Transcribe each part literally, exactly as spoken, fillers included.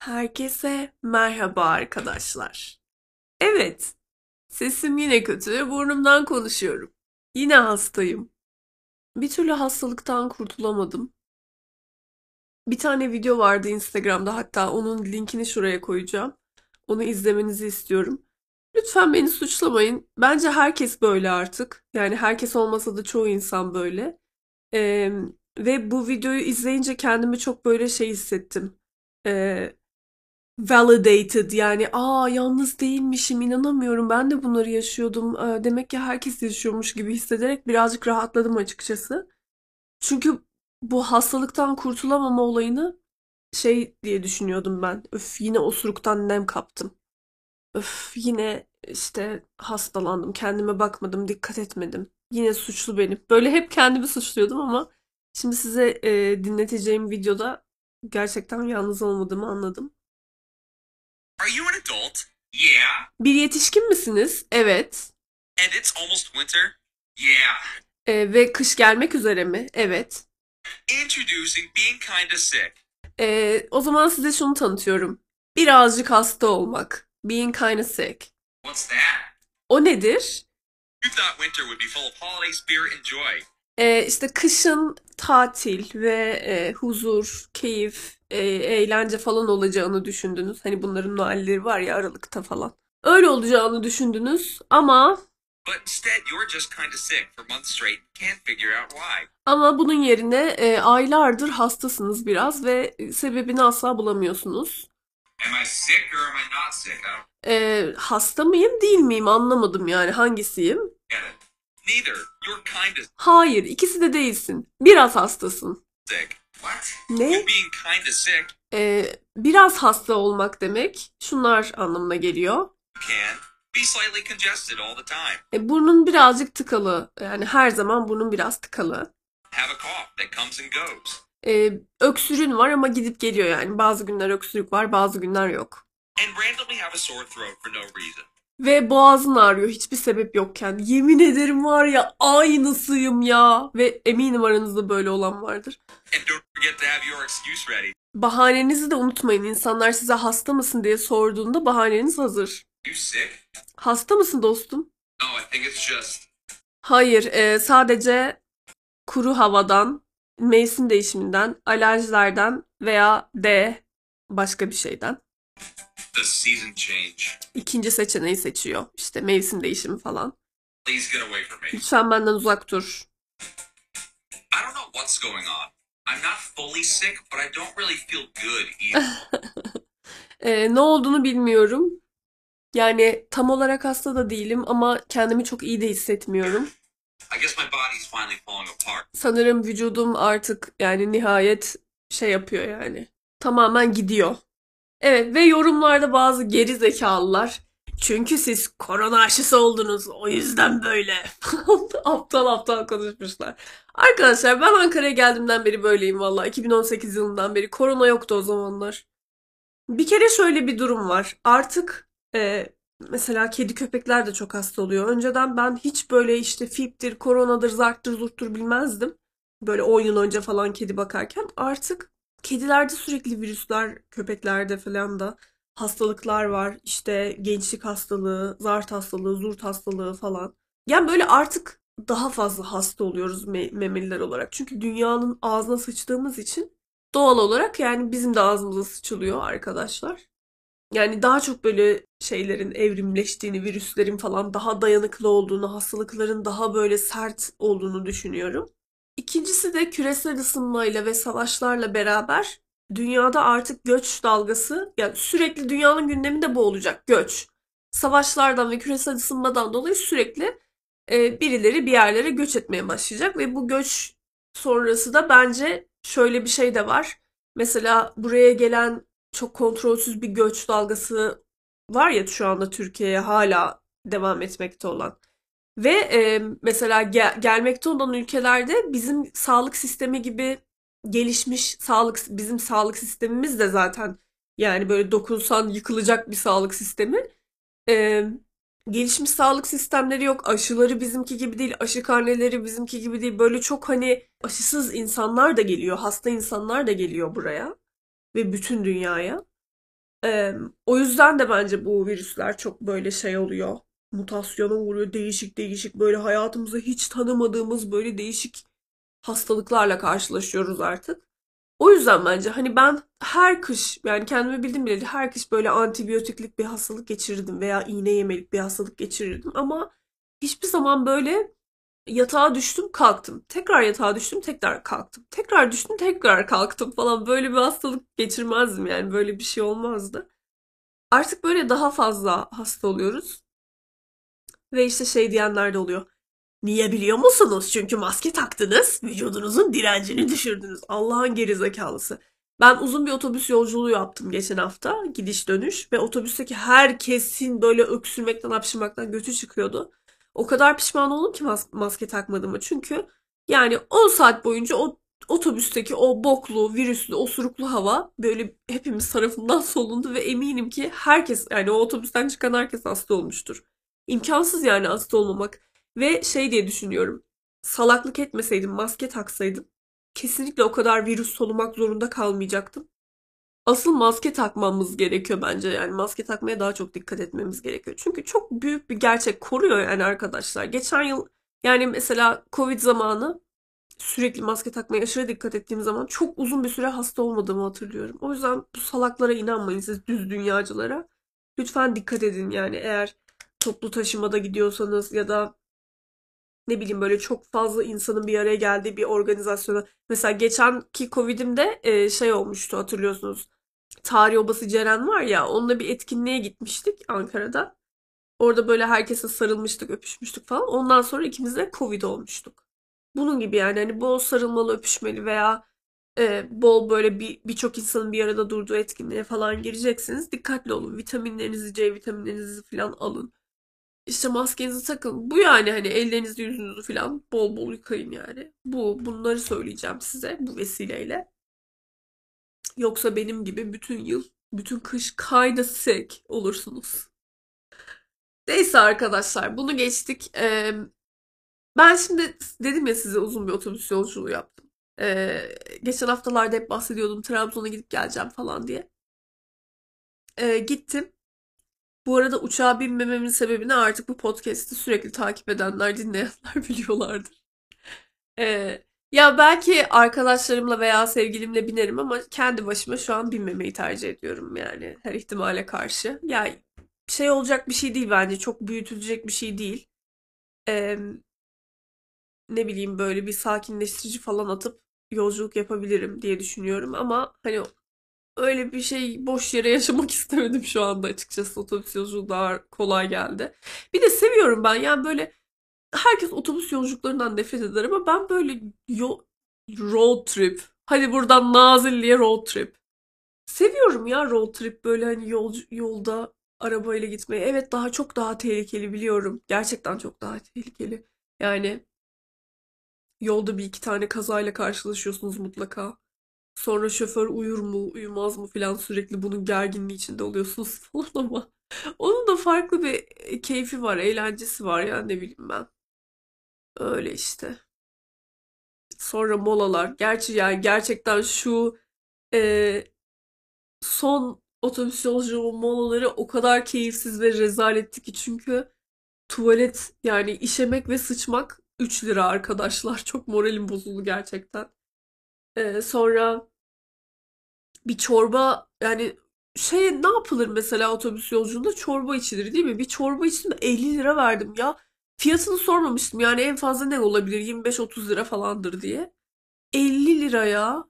Herkese merhaba arkadaşlar. Evet, sesim yine kötü, burnumdan konuşuyorum. Yine hastayım. Bir türlü hastalıktan kurtulamadım. Bir tane video vardı Instagram'da, hatta onun linkini şuraya koyacağım. Onu izlemenizi istiyorum. Lütfen beni suçlamayın. Bence herkes böyle artık. Yani herkes olmasa da çoğu insan böyle. Ee, ve bu videoyu izleyince kendimi çok böyle şey hissettim. Ee, Validated, yani aa yalnız değilmişim, inanamıyorum, ben de bunları yaşıyordum. Ee, demek ki herkes yaşıyormuş gibi hissederek birazcık rahatladım açıkçası. Çünkü bu hastalıktan kurtulamama olayını şey diye düşünüyordum ben. Öf, yine osuruktan nem kaptım. Öf, yine işte hastalandım, kendime bakmadım, dikkat etmedim. Yine suçlu benim. Böyle hep kendimi suçluyordum ama şimdi size e, dinleteceğim videoda gerçekten yalnız olmadığımı anladım. Are you an adult? Yeah. Bir yetişkin misiniz? Evet. And it's almost winter? Yeah. Ee, ve kış gelmek üzere mi? Evet. Introducing being kinda sick. Ee, o zaman size şunu tanıtıyorum. Birazcık hasta olmak. Being kinda sick. What's that? O nedir? You thought winter would be full of holiday spirit and joy. Ee, işte kışın tatil ve e, huzur, keyif, e, eğlence falan olacağını düşündünüz. Hani bunların Noel'leri var ya, Aralık'ta falan. Öyle olacağını düşündünüz ama But instead, you're just kinda sick for months straight and can't figure out why. ama bunun yerine e, aylardır hastasınız biraz ve sebebini asla bulamıyorsunuz. Am I sick or am I not sick? I don't Ee, hasta mıyım değil miyim anlamadım, yani hangisiyim? get it. Neither. You're kinda Hayır, ikisi de değilsin. Biraz hastasın. sick. What? Ne? You being kinda sick Ee, biraz hasta olmak demek şunlar anlamına geliyor. can be slightly congested all the time. E, burnun birazcık tıkalı. Yani her zaman burnun biraz tıkalı. Have a cough that comes and goes. Ee, öksürüğün var ama gidip geliyor yani. Bazı günler öksürük var, bazı günler yok. And randomly have a sore throat for no reason. Ve boğazın ağrıyor hiçbir sebep yokken. Yemin ederim var ya, aynısıyım ya. Ve eminim aranızda böyle olan vardır. And don't forget to have your excuse ready. Bahanenizi de unutmayın. İnsanlar size hasta mısın diye sorduğunda bahaneniz hazır. You sick? Hasta mısın dostum? No, I think it's just Hayır, e, sadece kuru havadan, mevsim değişiminden, alerjilerden veya D başka bir şeyden. the season change. İkinci seçeneği seçiyor. İşte mevsim değişimi falan. Please get away from me. Lütfen benden uzak dur. I don't know what's going on. I'm not fully sick, but I don't really feel good either. E, ne olduğunu bilmiyorum. Yani tam olarak hasta da değilim ama kendimi çok iyi de hissetmiyorum. I guess my body's finally falling apart. Sanırım vücudum artık, yani nihayet şey yapıyor yani. Tamamen gidiyor. Evet, ve yorumlarda bazı geri zekalılar, çünkü siz korona aşısı oldunuz o yüzden böyle aptal aptal konuşmuşlar. Arkadaşlar, ben Ankara'ya geldiğimden beri böyleyim valla. iki bin on sekiz yılından beri korona yoktu o zamanlar. Bir kere şöyle bir durum var. Artık e, mesela kedi köpekler de çok hasta oluyor. Önceden ben hiç böyle işte fiptir, koronadır, zarttır, zurttur bilmezdim. Böyle on yıl önce falan kedi bakarken. Artık kedilerde sürekli virüsler, köpeklerde falan da hastalıklar var. İşte gençlik hastalığı, zart hastalığı, zurt hastalığı falan. Yani böyle artık daha fazla hasta oluyoruz me- memeliler olarak. Çünkü dünyanın ağzına sıçtığımız için doğal olarak yani bizim de ağzımıza sıçılıyor arkadaşlar. Yani daha çok böyle şeylerin evrimleştiğini, virüslerin falan daha dayanıklı olduğunu, hastalıkların daha böyle sert olduğunu düşünüyorum. İkincisi de küresel ısınmayla ve savaşlarla beraber dünyada artık göç dalgası, yani sürekli dünyanın gündeminde bu olacak, göç. Savaşlardan ve küresel ısınmadan dolayı sürekli e, birileri bir yerlere göç etmeye başlayacak ve bu göç sonrası da bence şöyle bir şey de var. Mesela buraya gelen çok kontrolsüz bir göç dalgası var ya şu anda Türkiye'ye hala devam etmekte olan. Ve e, mesela gel- gelmekte olan ülkelerde bizim sağlık sistemi gibi gelişmiş sağlık, bizim sağlık sistemimiz de zaten yani böyle dokunsan yıkılacak bir sağlık sistemi. E, gelişmiş sağlık sistemleri yok. Aşıları bizimki gibi değil. Aşı karneleri bizimki gibi değil. Böyle çok hani aşısız insanlar da geliyor. Hasta insanlar da geliyor buraya ve bütün dünyaya. Ee, O yüzden de bence bu virüsler çok böyle şey oluyor. Mutasyona uğruyor. Değişik değişik böyle hayatımızda hiç tanımadığımız böyle değişik hastalıklarla karşılaşıyoruz artık. O yüzden bence hani ben her kış yani kendimi bildim bileli her kış böyle antibiyotiklik bir hastalık geçirirdim veya iğne yemelik bir hastalık geçirirdim ama hiçbir zaman böyle yatağa düştüm kalktım. Tekrar yatağa düştüm tekrar kalktım. Tekrar düştüm tekrar kalktım falan böyle bir hastalık geçirmezdim yani böyle bir şey olmazdı. Artık böyle daha fazla hasta oluyoruz ve işte şey diyenler de oluyor. Niye biliyor musunuz? Çünkü maske taktınız, vücudunuzun direncini düşürdünüz. Allah'ın gerizekalısı. Ben uzun bir otobüs yolculuğu yaptım geçen hafta, gidiş dönüş ve otobüsteki herkesin böyle öksürmekten, hapşırmaktan götü çıkıyordu. O kadar pişman oldum ki mas- maske takmadığıma. Çünkü yani on saat boyunca o otobüsteki o boklu, virüslü, osuruklu hava böyle hepimiz tarafından solundu ve eminim ki herkes yani o otobüsten çıkan herkes hasta olmuştur. İmkansız yani hasta olmamak. Ve şey diye düşünüyorum. Salaklık etmeseydim, maske taksaydım kesinlikle o kadar virüs solumak zorunda kalmayacaktım. Asıl maske takmamız gerekiyor bence. Yani maske takmaya daha çok dikkat etmemiz gerekiyor. Çünkü çok büyük bir gerçek koruyor yani arkadaşlar. Geçen yıl yani mesela Covid zamanı sürekli maske takmaya aşırı dikkat ettiğim zaman çok uzun bir süre hasta olmadığımı hatırlıyorum. O yüzden bu salaklara inanmayın siz düz dünyacılara. Lütfen dikkat edin yani eğer toplu taşımada gidiyorsanız ya da ne bileyim böyle çok fazla insanın bir araya geldiği bir organizasyona. Mesela geçenki Covid'imde e, şey olmuştu hatırlıyorsunuz. Tarih Obası Ceren var ya onunla bir etkinliğe gitmiştik Ankara'da. Orada böyle herkese sarılmıştık, öpüşmüştük falan. Ondan sonra ikimiz de Covid olmuştuk. Bunun gibi yani hani bol sarılmalı, öpüşmeli veya e, bol böyle bir birçok insanın bir arada durduğu etkinliğe falan gireceksiniz. Dikkatli olun. Vitaminlerinizi, C vitaminlerinizi falan alın. İşte maskenizi takın. Bu yani hani ellerinizi yüzünüzü falan bol bol yıkayın yani. Bu bunları söyleyeceğim size bu vesileyle. Yoksa benim gibi bütün yıl, bütün kış kayda sek olursunuz. Neyse arkadaşlar bunu geçtik. Ee, ben şimdi dedim ya size uzun bir otobüs yolculuğu yaptım. Ee, geçen haftalarda hep bahsediyordum Trabzon'a gidip geleceğim falan diye. Ee, gittim. Bu arada uçağa binmememin sebebini artık bu podcast'i sürekli takip edenler, dinleyenler biliyorlardır. Ee, Ya belki arkadaşlarımla veya sevgilimle binerim ama kendi başıma şu an binmemeyi tercih ediyorum yani her ihtimale karşı. Ya şey olacak bir şey değil bence çok büyütülecek bir şey değil. Ee, Ne bileyim böyle bir sakinleştirici falan atıp yolculuk yapabilirim diye düşünüyorum ama hani öyle bir şey boş yere yaşamak istemedim şu anda açıkçası otobüs yolculuğu daha kolay geldi. Bir de seviyorum ben yani böyle herkes otobüs yolculuklarından nefret eder ama ben böyle yo- road trip. Hadi buradan Nazilli'ye road trip. Seviyorum ya road trip böyle hani yolcu, yolda arabayla gitmeyi. Evet daha çok daha tehlikeli biliyorum. Gerçekten çok daha tehlikeli. Yani yolda bir iki tane kazayla karşılaşıyorsunuz mutlaka. Sonra şoför uyur mu, uyumaz mı filan sürekli bunun gerginliği içinde oluyorsunuz falan ama onun da farklı bir e, keyfi var, eğlencesi var ya ne bileyim ben. Öyle işte. Sonra molalar. Gerçi yani gerçekten şu e, son otobüs yolculuğu molaları o kadar keyifsiz ve rezaletti ki çünkü tuvalet yani işemek ve sıçmak üç lira arkadaşlar. Çok moralim bozuldu gerçekten. E, sonra bir çorba yani şey ne yapılır mesela otobüs yolculuğunda çorba içilir değil mi? Bir çorba içtim elli lira verdim ya. Fiyatını sormamıştım yani en fazla ne olabilir yirmi beş otuz lira falandır diye. elli liraya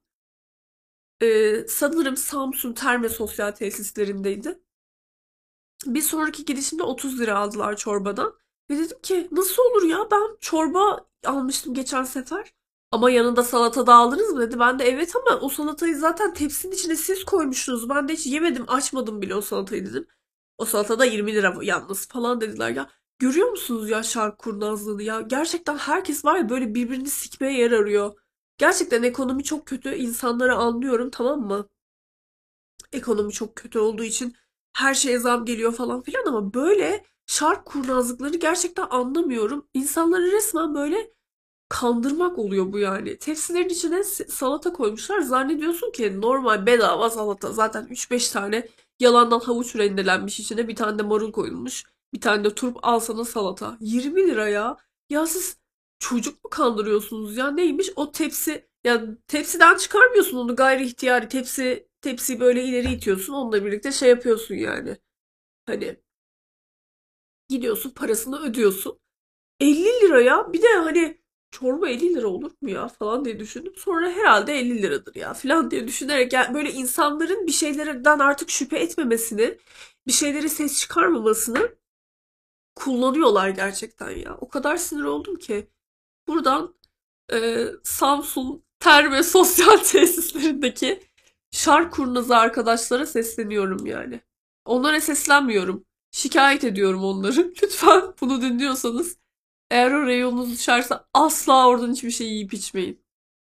e, sanırım Samsun Terme Sosyal Tesislerindeydi. Bir sonraki gidişimde otuz lira aldılar çorbadan. Ve dedim ki nasıl olur ya ben çorba almıştım geçen sefer. Ama yanında salata da aldınız mı dedi. Ben de evet ama o salatayı zaten tepsinin içine siz koymuşsunuz. Ben de hiç yemedim açmadım bile o salatayı dedim. O salata da yirmi lira yalnız falan dediler ya. Görüyor musunuz ya şark kurnazlığını ya? Gerçekten herkes var ya böyle birbirini sikmeye yer arıyor. Gerçekten ekonomi çok kötü. İnsanları anlıyorum tamam mı? Ekonomi çok kötü olduğu için her şeye zam geliyor falan filan ama böyle şark kurnazlıkları gerçekten anlamıyorum. İnsanları resmen böyle kandırmak oluyor bu yani. Tepsilerin içine salata koymuşlar. Zannediyorsun ki normal bedava salata. Zaten üç beş tane Yalandan havuç rendelenmiş, içine bir tane de marul koyulmuş. Bir tane de turp, al sana salata. yirmi lira ya. Ya siz çocuk mu kandırıyorsunuz ya, neymiş o tepsi, ya tepsiden çıkarmıyorsun onu gayri ihtiyari, tepsi tepsiyi böyle ileri itiyorsun, onunla birlikte şey yapıyorsun yani. Hani gidiyorsun, parasını ödüyorsun. elli lira ya. Bir de hani çorba elli lira olur mu ya falan diye düşündüm. Sonra herhalde elli liradır ya falan diye düşünerek, yani böyle insanların bir şeylerden artık şüphe etmemesini, bir şeylere ses çıkarmamasını kullanıyorlar gerçekten ya. O kadar sinir oldum ki. Buradan e, Samsun Terme Sosyal Tesislerindeki şark kurnazı arkadaşlara sesleniyorum yani. Onlara seslenmiyorum. Şikayet ediyorum onları. Lütfen bunu dinliyorsanız, eğer o reyonunuz düşerse asla oradan hiçbir şey yiyip içmeyin.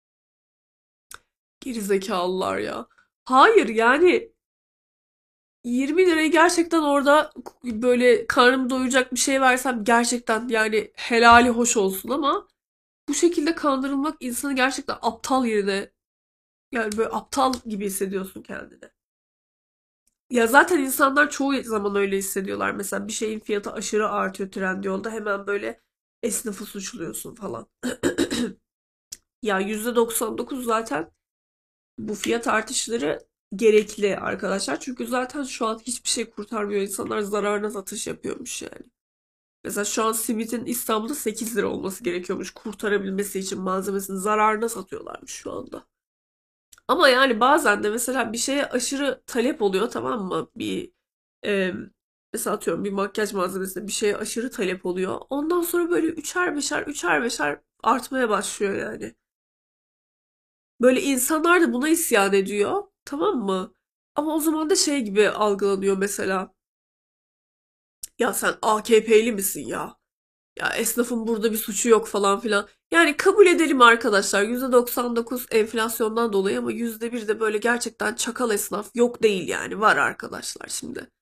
Gerizekalılar ya. Hayır yani yirmi lirayı gerçekten orada böyle karnımı doyuracak bir şey versem, gerçekten yani helali hoş olsun, ama bu şekilde kandırılmak insanı gerçekten aptal yerine, yani böyle aptal gibi hissediyorsun kendini. Ya zaten insanlar çoğu zaman öyle hissediyorlar. Mesela bir şeyin fiyatı aşırı artıyor Trendyol'da, hemen böyle esnafı suçluyorsun falan. Ya yüzde doksan dokuz zaten bu fiyat artışları gerekli arkadaşlar. Çünkü zaten şu an hiçbir şey kurtarmıyor. İnsanlar zararına satış yapıyormuş yani. Mesela şu an simitin İstanbul'da sekiz lira olması gerekiyormuş kurtarabilmesi için, malzemesini zararına satıyorlarmış şu anda. Ama yani bazen de mesela bir şeye aşırı talep oluyor, tamam mı? Bir e, mesela atıyorum bir makyaj malzemesine bir şeye aşırı talep oluyor. Ondan sonra böyle üçer beşer üçer beşer artmaya başlıyor yani. Böyle insanlar da buna isyan ediyor. Tamam mı? Ama o zaman da şey gibi algılanıyor mesela. Ya sen A K P'li misin ya? Ya esnafın burada bir suçu yok falan filan. Yani kabul edelim arkadaşlar, yüzde doksan dokuz enflasyondan dolayı, ama yüzde bir de böyle gerçekten çakal esnaf yok değil yani, var arkadaşlar şimdi.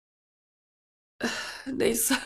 Neyse.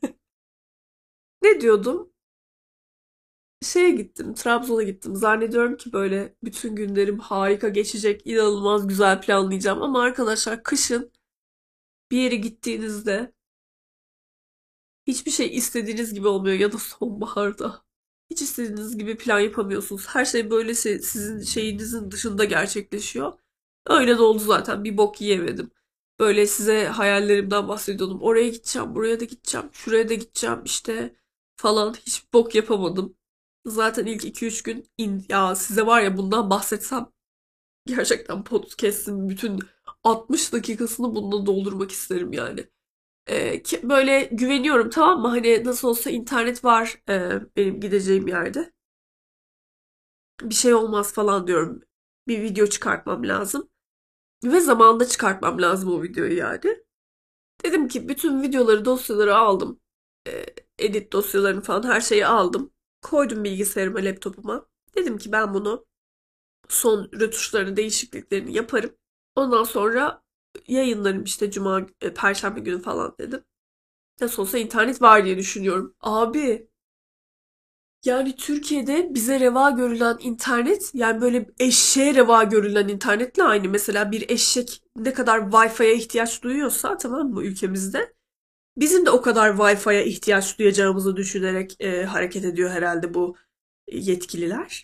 Ne diyordum? Şeye gittim, Trabzon'a gittim. Zannediyorum ki böyle bütün günlerim harika geçecek, inanılmaz güzel planlayacağım. Ama arkadaşlar, kışın bir yere gittiğinizde hiçbir şey istediğiniz gibi olmuyor, ya da sonbaharda. Hiç istediğiniz gibi plan yapamıyorsunuz. Her şey böyle şey- sizin şeyinizin dışında gerçekleşiyor. Öyle de oldu zaten. Bir bok yiyemedim. Böyle size hayallerimden bahsediyordum. Oraya gideceğim, buraya da gideceğim, şuraya da gideceğim işte falan. Hiç bok yapamadım. Zaten ilk iki üç gün in, ya size var ya, bundan bahsetsem gerçekten podcast'in bütün altmış dakikasını bununla doldurmak isterim yani. Ee, ki- böyle güveniyorum, tamam mı? Hani nasıl olsa internet var e, benim gideceğim yerde. Bir şey olmaz falan diyorum. Bir video çıkartmam lazım. Ve zamanında çıkartmam lazım o videoyu yani. Dedim ki bütün videoları, dosyaları aldım. Ee, edit dosyalarını falan, her şeyi aldım. Koydum bilgisayarıma, laptopuma. Dedim ki ben bunu, son rötuşlarını, değişikliklerini yaparım. Ondan sonra yayınlarım işte cuma, e, perşembe günü falan dedim. Nasıl olsa internet var diye düşünüyorum. Abi yani Türkiye'de bize reva görülen internet, yani böyle eşeğe reva görülen internetle aynı. Mesela bir eşek ne kadar Wi-Fi'ye ihtiyaç duyuyorsa, tamam mı, ülkemizde, bizim de o kadar Wi-Fi'ye ihtiyaç duyacağımızı düşünerek e, hareket ediyor herhalde bu yetkililer.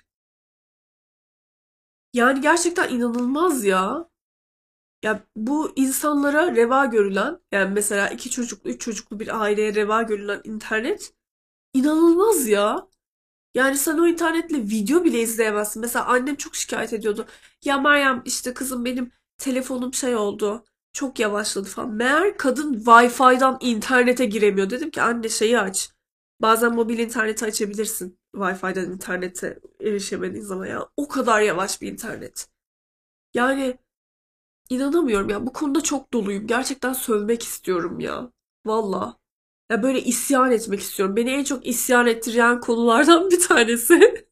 Yani gerçekten inanılmaz ya. Ya bu insanlara reva görülen, yani mesela iki çocuklu, üç çocuklu bir aileye reva görülen internet inanılmaz ya. Yani sen o internetle video bile izleyemezsin. Mesela annem çok şikayet ediyordu. Ya Meryem, işte kızım benim telefonum şey oldu. Çok yavaşladı falan. Meğer kadın Wi-Fi'den internete giremiyor. Dedim ki anne, şeyi aç. Bazen mobil interneti açabilirsin. Wi-Fi'den internete erişemediğin zaman ya. O kadar yavaş bir internet. Yani inanamıyorum ya. Bu konuda çok doluyum. Gerçekten sövmek istiyorum ya. Valla. Ya böyle isyan etmek istiyorum. Beni en çok isyan ettiren konulardan bir tanesi.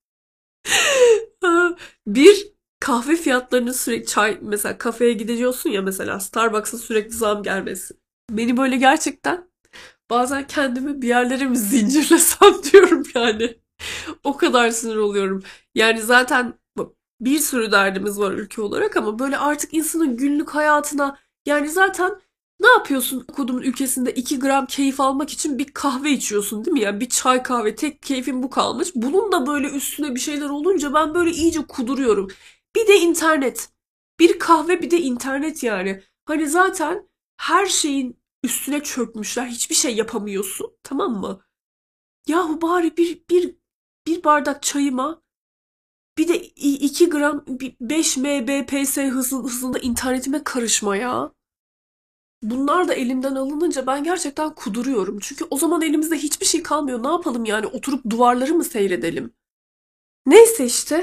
Bir, kahve fiyatlarının sürekli, çay mesela, kafeye gidiyorsun ya, mesela Starbucks'a sürekli zam gelmesi. Beni böyle gerçekten, bazen kendimi bir yerlere mi zincirlesem diyorum yani. O kadar sinir oluyorum. Yani zaten bir sürü derdimiz var ülke olarak, ama böyle artık insanın günlük hayatına Yani zaten ne yapıyorsun okuduğun ülkesinde iki gram keyif almak için bir kahve içiyorsun değil mi ya? Bir çay kahve tek keyfin bu kalmış. Bunun da böyle üstüne bir şeyler olunca ben böyle iyice kuduruyorum. Bir de internet. Bir kahve bir de internet yani. Hani zaten her şeyin üstüne çökmüşler. Hiçbir şey yapamıyorsun. Tamam mı? Yahu bari bir, bir, bir bardak çayıma bir de iki gram beş Mbps hızı, hızında internetime karışma ya. Bunlar da elimden alınınca ben gerçekten kuduruyorum. Çünkü o zaman elimizde hiçbir şey kalmıyor. Ne yapalım yani oturup duvarları mı seyredelim? Neyse işte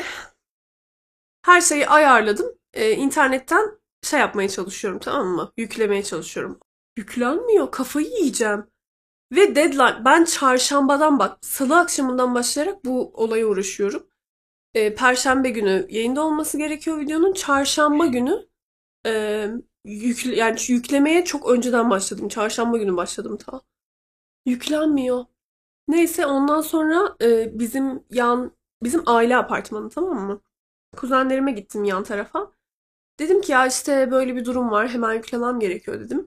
her şeyi ayarladım. Ee, internetten şey yapmaya çalışıyorum, tamam mı? Yüklemeye çalışıyorum. Yüklenmiyor, kafayı yiyeceğim. Ve deadline ben çarşambadan bak salı akşamından başlayarak bu olaya uğraşıyorum. Ee, Perşembe günü yayında olması gerekiyor videonun. Çarşamba günü e, yükle, yani yüklemeye çok önceden başladım. Çarşamba günü başladım ta. Yüklenmiyor. Neyse ondan sonra e, bizim yan bizim aile apartmanı, tamam mı? Kuzenlerime gittim yan tarafa. Dedim ki ya işte böyle bir durum var. Hemen yüklemem gerekiyor dedim.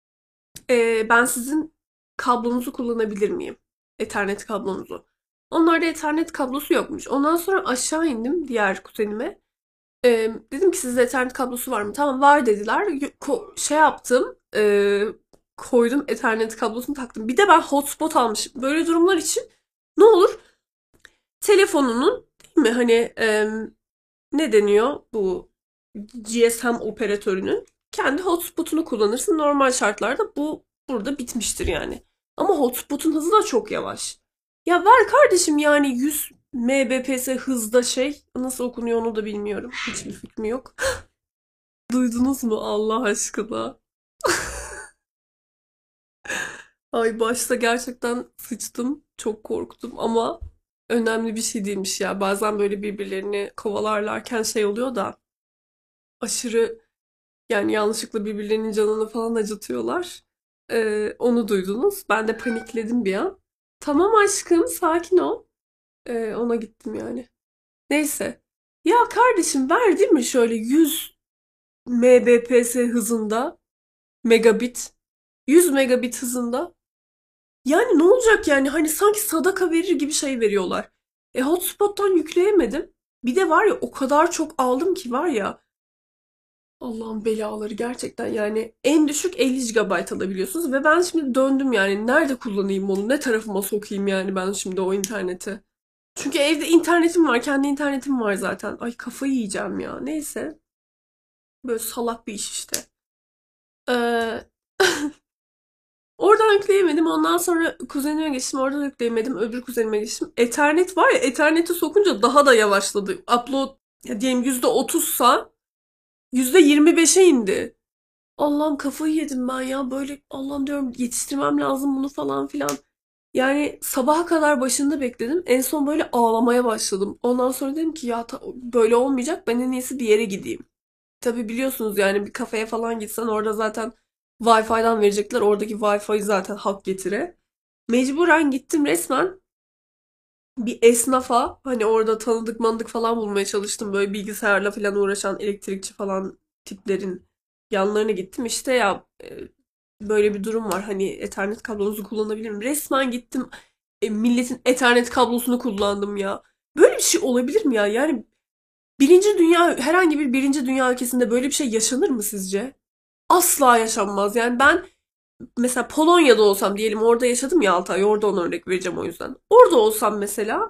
E, ben sizin kablonuzu kullanabilir miyim? Ethernet kablonuzu. Onlarda Ethernet kablosu yokmuş. Ondan sonra aşağı indim diğer kuzenime. E, dedim ki sizde Ethernet kablosu var mı? Tamam var dediler. Ko- şey yaptım. E, koydum Ethernet kablosunu taktım. Bir de ben hotspot almışım. Böyle durumlar için ne olur? Telefonunun değil mi hani e, ne deniyor bu G S M operatörünün kendi hotspotunu kullanırsın. Normal şartlarda bu burada bitmiştir yani. Ama hotspotun hızı da çok yavaş. Ya ver kardeşim yani yüz Mbps hızda şey nasıl okunuyor onu da bilmiyorum. Hiçbir fikrim yok. Duydunuz mu Allah aşkına? Ay başta gerçekten sıçtım. Çok korktum ama önemli bir şey değilmiş ya. Bazen böyle birbirlerini kovalarlarken şey oluyor da aşırı yani yanlışlıkla birbirlerinin canını falan acıtıyorlar. Ee, onu duydunuz. Ben de panikledim bir an. Tamam aşkım sakin ol. Ee, ona gittim yani. Neyse. Ya kardeşim ver değil mi şöyle yüz Mbps hızında megabit yüz megabit hızında. Yani ne olacak yani? Hani sanki sadaka verir gibi şey veriyorlar. E hotspot'tan yükleyemedim. Bir de var ya o kadar çok aldım ki var ya. Allah'ın belaları gerçekten yani en düşük elli gigabayt alabiliyorsunuz ve ben şimdi döndüm yani nerede kullanayım onu ne tarafıma sokayım yani ben şimdi o interneti. Çünkü evde internetim var kendi internetim var zaten. Ay kafayı yiyeceğim ya neyse böyle salak bir iş işte. Ee, Oradan yükleyemedim. Ondan sonra kuzenime geçtim. Orada da yükleyemedim. Öbür kuzenime geçtim. Ethernet var ya Ethernet'i sokunca daha da yavaşladı. Upload ya diyelim yüzde otuzsa yüzde yirmi beşe indi. Allah'ım kafayı yedim ben ya. Böyle Allah'ım diyorum yetiştirmem lazım bunu falan filan. Yani sabaha kadar başında bekledim. En son böyle ağlamaya başladım. Ondan sonra dedim ki ya ta- böyle olmayacak. Ben en iyisi bir yere gideyim. Tabii biliyorsunuz yani bir kafeye falan gitsen orada zaten Wi-Fi'den verecekler. Oradaki Wi-Fi zaten hak getire. Mecburen gittim resmen bir esnafa hani orada tanıdık mandık falan bulmaya çalıştım. Böyle bilgisayarla falan uğraşan elektrikçi falan tiplerin yanlarına gittim. İşte ya e, böyle bir durum var. Hani Ethernet kablonuzu kullanabilir miyim? Resmen gittim e, milletin Ethernet kablosunu kullandım ya. Böyle bir şey olabilir mi ya? Yani birinci dünya herhangi bir birinci dünya ülkesinde böyle bir şey yaşanır mı sizce? Asla yaşanmaz. Yani ben mesela Polonya'da olsam diyelim orada yaşadım ya altı ay oradan örnek vereceğim o yüzden. Orada olsam mesela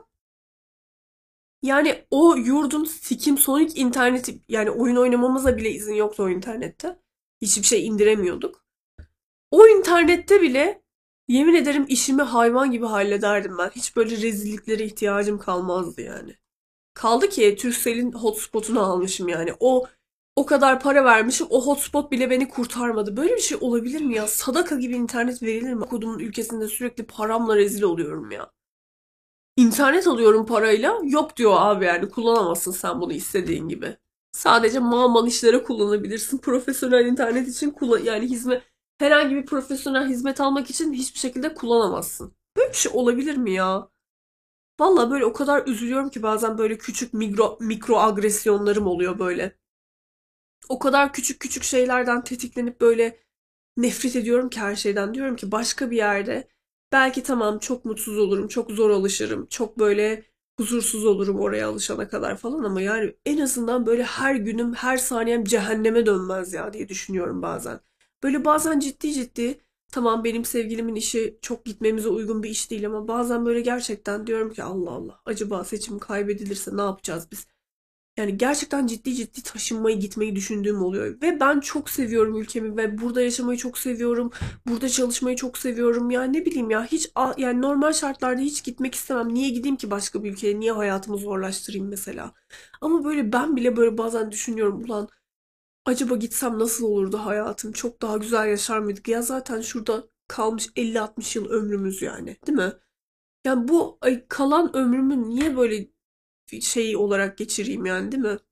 yani o yurdun sikim sonik interneti yani oyun oynamamıza bile izin yoktu o internette. Hiçbir şey indiremiyorduk. O internette bile yemin ederim işimi hayvan gibi hallederdim ben. Hiç böyle rezilliklere ihtiyacım kalmazdı yani. Kaldı ki Turkcell'in hotspot'unu almışım yani. O o kadar para vermişim. O hotspot bile beni kurtarmadı. Böyle bir şey olabilir mi ya? Sadaka gibi internet verilir mi? Kodumun ülkesinde sürekli paramla rezil oluyorum ya. İnternet alıyorum parayla. Yok diyor abi yani kullanamazsın sen bunu istediğin gibi. Sadece mal mal işlere kullanabilirsin. Profesyonel internet için kullan yani hizmet herhangi bir profesyonel hizmet almak için hiçbir şekilde kullanamazsın. Böyle bir şey olabilir mi ya? Valla böyle o kadar üzülüyorum ki bazen böyle küçük mikro, mikro agresyonlarım oluyor böyle. O kadar küçük küçük şeylerden tetiklenip böyle nefret ediyorum ki her şeyden. Diyorum ki başka bir yerde belki tamam çok mutsuz olurum, çok zor alışırım, çok böyle huzursuz olurum oraya alışana kadar falan ama yani en azından böyle her günüm, her saniyem cehenneme dönmez ya diye düşünüyorum bazen. Böyle bazen ciddi ciddi tamam benim sevgilimin işi çok gitmemize uygun bir iş değil ama bazen böyle gerçekten diyorum ki Allah Allah acaba seçim kaybedilirse ne yapacağız biz? Yani gerçekten ciddi ciddi taşınmayı gitmeyi düşündüğüm oluyor. Ve ben çok seviyorum ülkemi ve burada yaşamayı çok seviyorum. Burada çalışmayı çok seviyorum. Yani ne bileyim ya hiç yani normal şartlarda hiç gitmek istemem. Niye gideyim ki başka bir ülkeye? Niye hayatımı zorlaştırayım mesela? Ama böyle ben bile böyle bazen düşünüyorum ulan acaba gitsem nasıl olurdu hayatım? Çok daha güzel yaşar mıydık? Ya zaten şurada kalmış elli altmış yıl ömrümüz yani, değil mi? Yani bu ay, kalan ömrümü niye böyle şey olarak geçireyim yani, değil mi?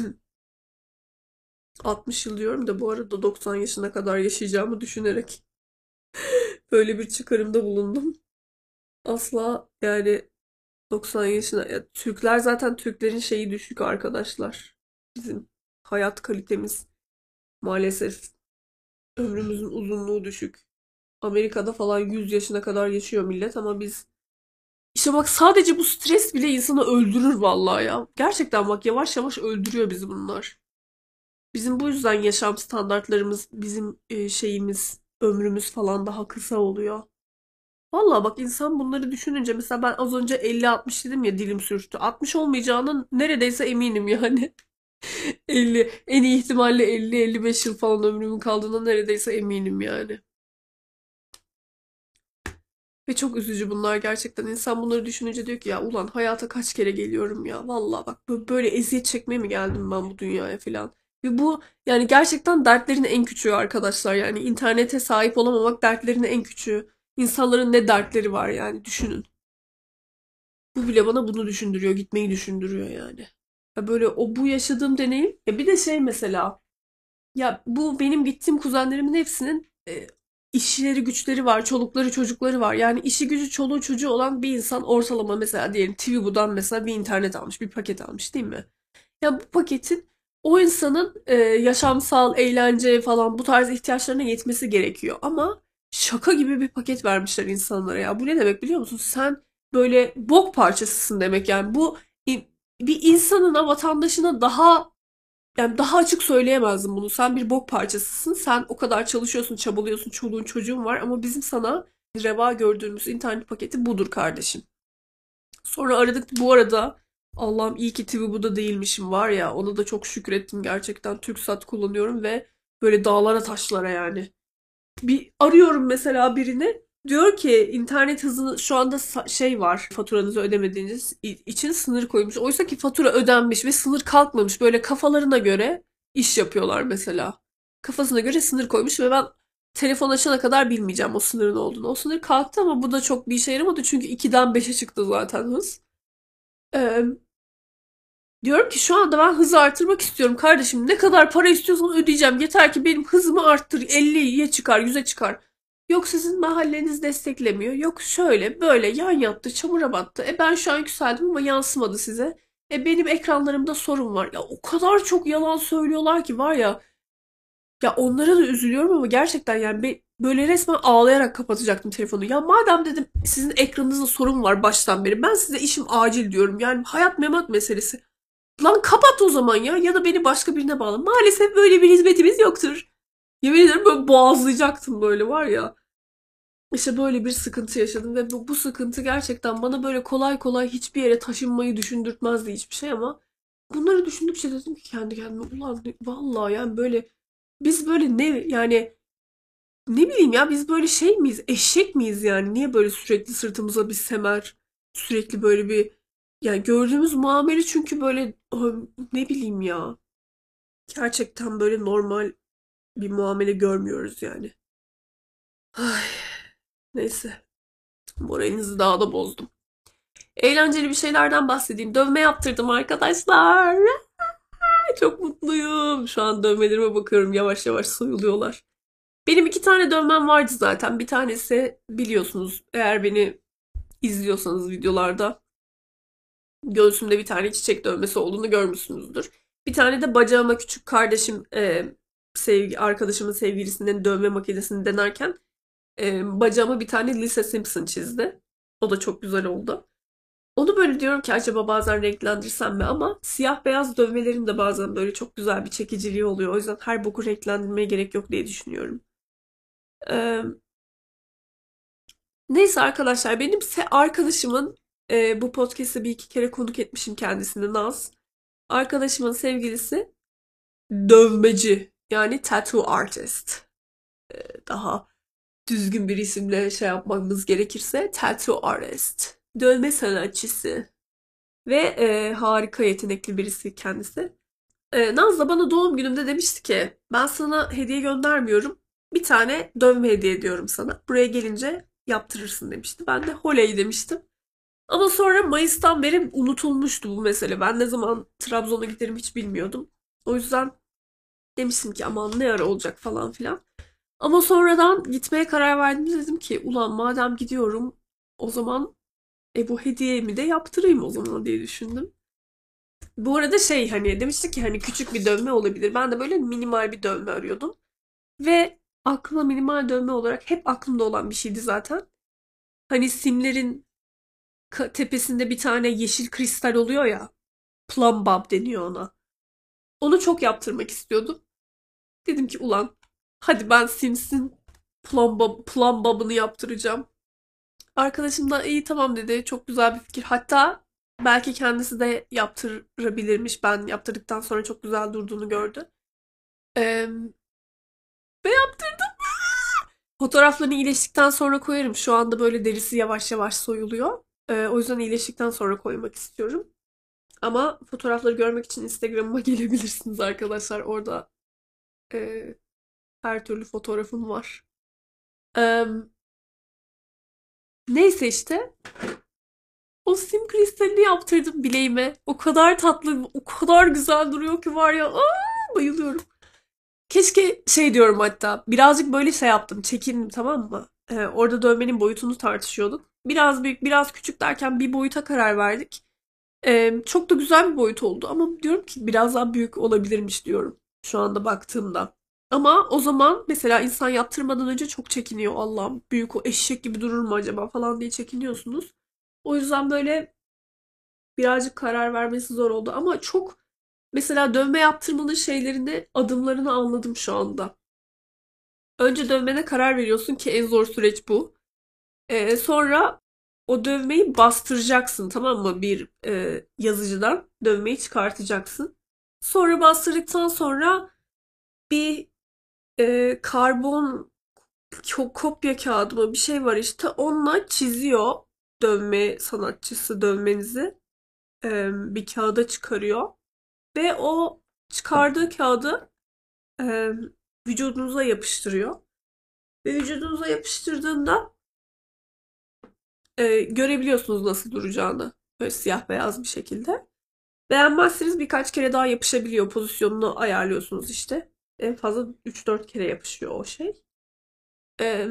altmış yıl diyorum da bu arada doksan yaşına kadar yaşayacağımı düşünerek böyle bir çıkarımda bulundum. Asla yani doksan yaşına ya Türkler zaten Türklerin şeyi düşük arkadaşlar. Bizim hayat kalitemiz maalesef ömrümüzün uzunluğu düşük. Amerika'da falan yüz yaşına kadar yaşıyor millet ama biz işte bak sadece bu stres bile insanı öldürür vallahi ya. Gerçekten bak yavaş yavaş öldürüyor bizi bunlar. Bizim bu yüzden yaşam standartlarımız, bizim e, şeyimiz, ömrümüz falan daha kısa oluyor. Valla bak insan bunları düşününce mesela ben az önce elli altmış dedim ya dilim sürçtü. altmış olmayacağının neredeyse eminim yani. elli en iyi ihtimalle elli elli beş yıl falan ömrümün kaldığına neredeyse eminim yani. Ve çok üzücü bunlar gerçekten. İnsan bunları düşününce diyor ki ya ulan hayata kaç kere geliyorum ya. Valla bak böyle eziyet çekmeye mi geldim ben bu dünyaya falan. Ve bu yani gerçekten dertlerin en küçüğü arkadaşlar. Yani internete sahip olamamak dertlerin en küçüğü. İnsanların ne dertleri var yani düşünün. Bu bile bana bunu düşündürüyor, gitmeyi düşündürüyor yani. Ya böyle o bu yaşadığım deneyim. Ya bir de şey mesela ya bu benim gittiğim kuzenlerimin hepsinin e, işleri güçleri var, çolukları çocukları var. Yani işi gücü çoluğu çocuğu olan bir insan ortalama mesela diyelim Twibu'dan mesela bir internet almış, bir paket almış değil mi? Ya bu paketin o insanın e, yaşamsal, eğlence falan bu tarz ihtiyaçlarına yetmesi gerekiyor. Ama şaka gibi bir paket vermişler insanlara ya. Bu ne demek biliyor musun? Sen böyle bok parçasısın demek yani. Bu bir insanına, vatandaşına daha yani daha açık söyleyemezdim bunu. Sen bir bok parçasısın. Sen o kadar çalışıyorsun, çabalıyorsun, çoluğun çocuğun var ama bizim sana reva gördüğümüz internet paketi budur kardeşim. Sonra aradık bu arada Allah'ım iyi ki Tivibu'da değilmişim var ya ona da çok şükrettim gerçekten. TürkSat kullanıyorum ve böyle dağlara taşlara yani. Bir arıyorum mesela birini. Diyor ki internet hızını şu anda şey var faturanızı ödemediğiniz için sınır koymuş. Oysa ki fatura ödenmiş ve sınır kalkmamış. Böyle kafalarına göre iş yapıyorlar mesela. Kafasına göre sınır koymuş ve ben telefon açana kadar bilmeyeceğim o sınırın olduğunu. O sınır kalktı ama bu da çok bir işe yaramadı çünkü ikiden beşe çıktı zaten hız. Ee, Diyorum ki şu anda ben hızı artırmak istiyorum kardeşim. Ne kadar para istiyorsan ödeyeceğim. Yeter ki benim hızımı arttır. elliye çıkar, yüze çıkar. Yok sizin mahalleniz desteklemiyor. Yok şöyle böyle yan yattı, çamura battı. E ben şu an yükseldim ama yansımadı size. E benim ekranlarımda sorun var. Ya o kadar çok yalan söylüyorlar ki var ya. Ya onlara da üzülüyorum ama gerçekten yani be- böyle resmen ağlayarak kapatacaktım telefonu. Ya madem dedim sizin ekranınızda sorun var baştan beri. Ben size işim acil diyorum. Yani hayat memat meselesi. Lan kapat o zaman ya ya da beni başka birine bağla. Maalesef böyle bir hizmetimiz yoktur. Yemin ederim böyle boğazlayacaktım böyle var ya. İşte böyle bir sıkıntı yaşadım ve bu, bu sıkıntı gerçekten bana böyle kolay kolay hiçbir yere taşınmayı düşündürtmezdi hiçbir şey ama bunları düşündükçe dedim ki kendi kendime ulan vallahi yani böyle biz böyle ne yani ne bileyim ya biz böyle şey miyiz eşek miyiz yani niye böyle sürekli sırtımıza bir semer sürekli böyle bir yani gördüğümüz muamele çünkü böyle ne bileyim ya gerçekten böyle normal bir muamele görmüyoruz yani. Ay, neyse moralinizi daha da bozdum. Eğlenceli bir şeylerden bahsedeyim. Dövme yaptırdım arkadaşlar. Çok mutluyum. Şu an dövmelerime bakıyorum yavaş yavaş soyuluyorlar. Benim iki tane dövmem vardı zaten. Bir tanesi biliyorsunuz eğer beni izliyorsanız videolarda göğsümde bir tane çiçek dövmesi olduğunu görmüşsünüzdür. Bir tane de bacağıma küçük kardeşim e, sevgi arkadaşımın sevgilisinin dövme makinesini denerken e, bacağıma bir tane Lisa Simpson çizdi. O da çok güzel oldu. Onu böyle diyorum ki acaba bazen renklendirsem mi, ama siyah beyaz dövmelerin de bazen böyle çok güzel bir çekiciliği oluyor. O yüzden her boku renklendirmeye gerek yok diye düşünüyorum. Ee, Neyse arkadaşlar, benim se- arkadaşımın e, bu podcast'te bir iki kere konuk etmişim kendisini, Naz. Arkadaşımın sevgilisi dövmeci, yani tattoo artist. Daha düzgün bir isimle şey yapmamız gerekirse tattoo artist. Dövme sanatçısı. Ve e, harika yetenekli birisi kendisi. E, Naz da bana doğum günümde demişti ki ben sana hediye göndermiyorum. Bir tane dövme hediye ediyorum sana. Buraya gelince yaptırırsın demişti. Ben de holey demiştim. Ama sonra Mayıs'tan beri unutulmuştu bu mesele. Ben ne zaman Trabzon'a giderim hiç bilmiyordum. O yüzden demiştim ki aman ne ara olacak falan filan. Ama sonradan gitmeye karar verdiğimde dedim ki ulan madem gidiyorum o zaman e bu hediyemi de yaptırayım o zaman diye düşündüm. Bu arada şey, hani demiştik ki hani küçük bir dövme olabilir. Ben de böyle minimal bir dövme arıyordum. Ve aklıma minimal dövme olarak hep aklımda olan bir şeydi zaten. Hani simlerin tepesinde bir tane yeşil kristal oluyor ya. Plum bob deniyor ona. Onu çok yaptırmak istiyordum. Dedim ki ulan hadi ben Sims'in plum, bob, plum bob'ını yaptıracağım. Arkadaşım da iyi tamam dedi. Çok güzel bir fikir. Hatta belki kendisi de yaptırabilirmiş. Ben yaptırdıktan sonra çok güzel durduğunu gördü. Ee, Ve yaptırdım. Fotoğraflarını iyileştikten sonra koyarım. Şu anda böyle derisi yavaş yavaş soyuluyor. Ee, o yüzden iyileştikten sonra koymak istiyorum. Ama fotoğrafları görmek için Instagram'ıma gelebilirsiniz arkadaşlar. Orada e, her türlü fotoğrafım var. Ee, Neyse işte. O sim kristalini yaptırdım bileğime. O kadar tatlı, o kadar güzel duruyor ki var ya. Aa, bayılıyorum. Keşke şey diyorum, hatta birazcık böyle şey yaptım. Çekindim, tamam mı? Ee, orada dövmenin boyutunu tartışıyorduk. Biraz büyük, biraz küçük derken bir boyuta karar verdik. Ee, çok da güzel bir boyut oldu ama diyorum ki biraz daha büyük olabilirmiş diyorum şu anda baktığımda. Ama o zaman mesela insan yaptırmadan önce çok çekiniyor. Allah'ım büyük, o eşek gibi durur mu acaba falan diye çekiniyorsunuz. O yüzden böyle birazcık karar vermesi zor oldu ama çok, mesela dövme yaptırmanın şeylerini, adımlarını anladım şu anda. Önce dövmene karar veriyorsun ki en zor süreç bu. Ee, sonra o dövmeyi bastıracaksın, tamam mı? Bir e, yazıcıdan dövmeyi çıkartacaksın. Sonra bastırdıktan sonra bir e, karbon ko- kopya kağıdı mı bir şey var işte, onunla çiziyor dövme sanatçısı dövmenizi. Ee, bir kağıda çıkarıyor ve o çıkardığı kağıdı e, vücudunuza yapıştırıyor. Ve vücudunuza yapıştırdığında e, görebiliyorsunuz nasıl duracağını. Böyle siyah beyaz bir şekilde. Beğenmezseniz birkaç kere daha yapışabiliyor. Pozisyonunu ayarlıyorsunuz işte. En fazla üç dört kere yapışıyor o şey. E,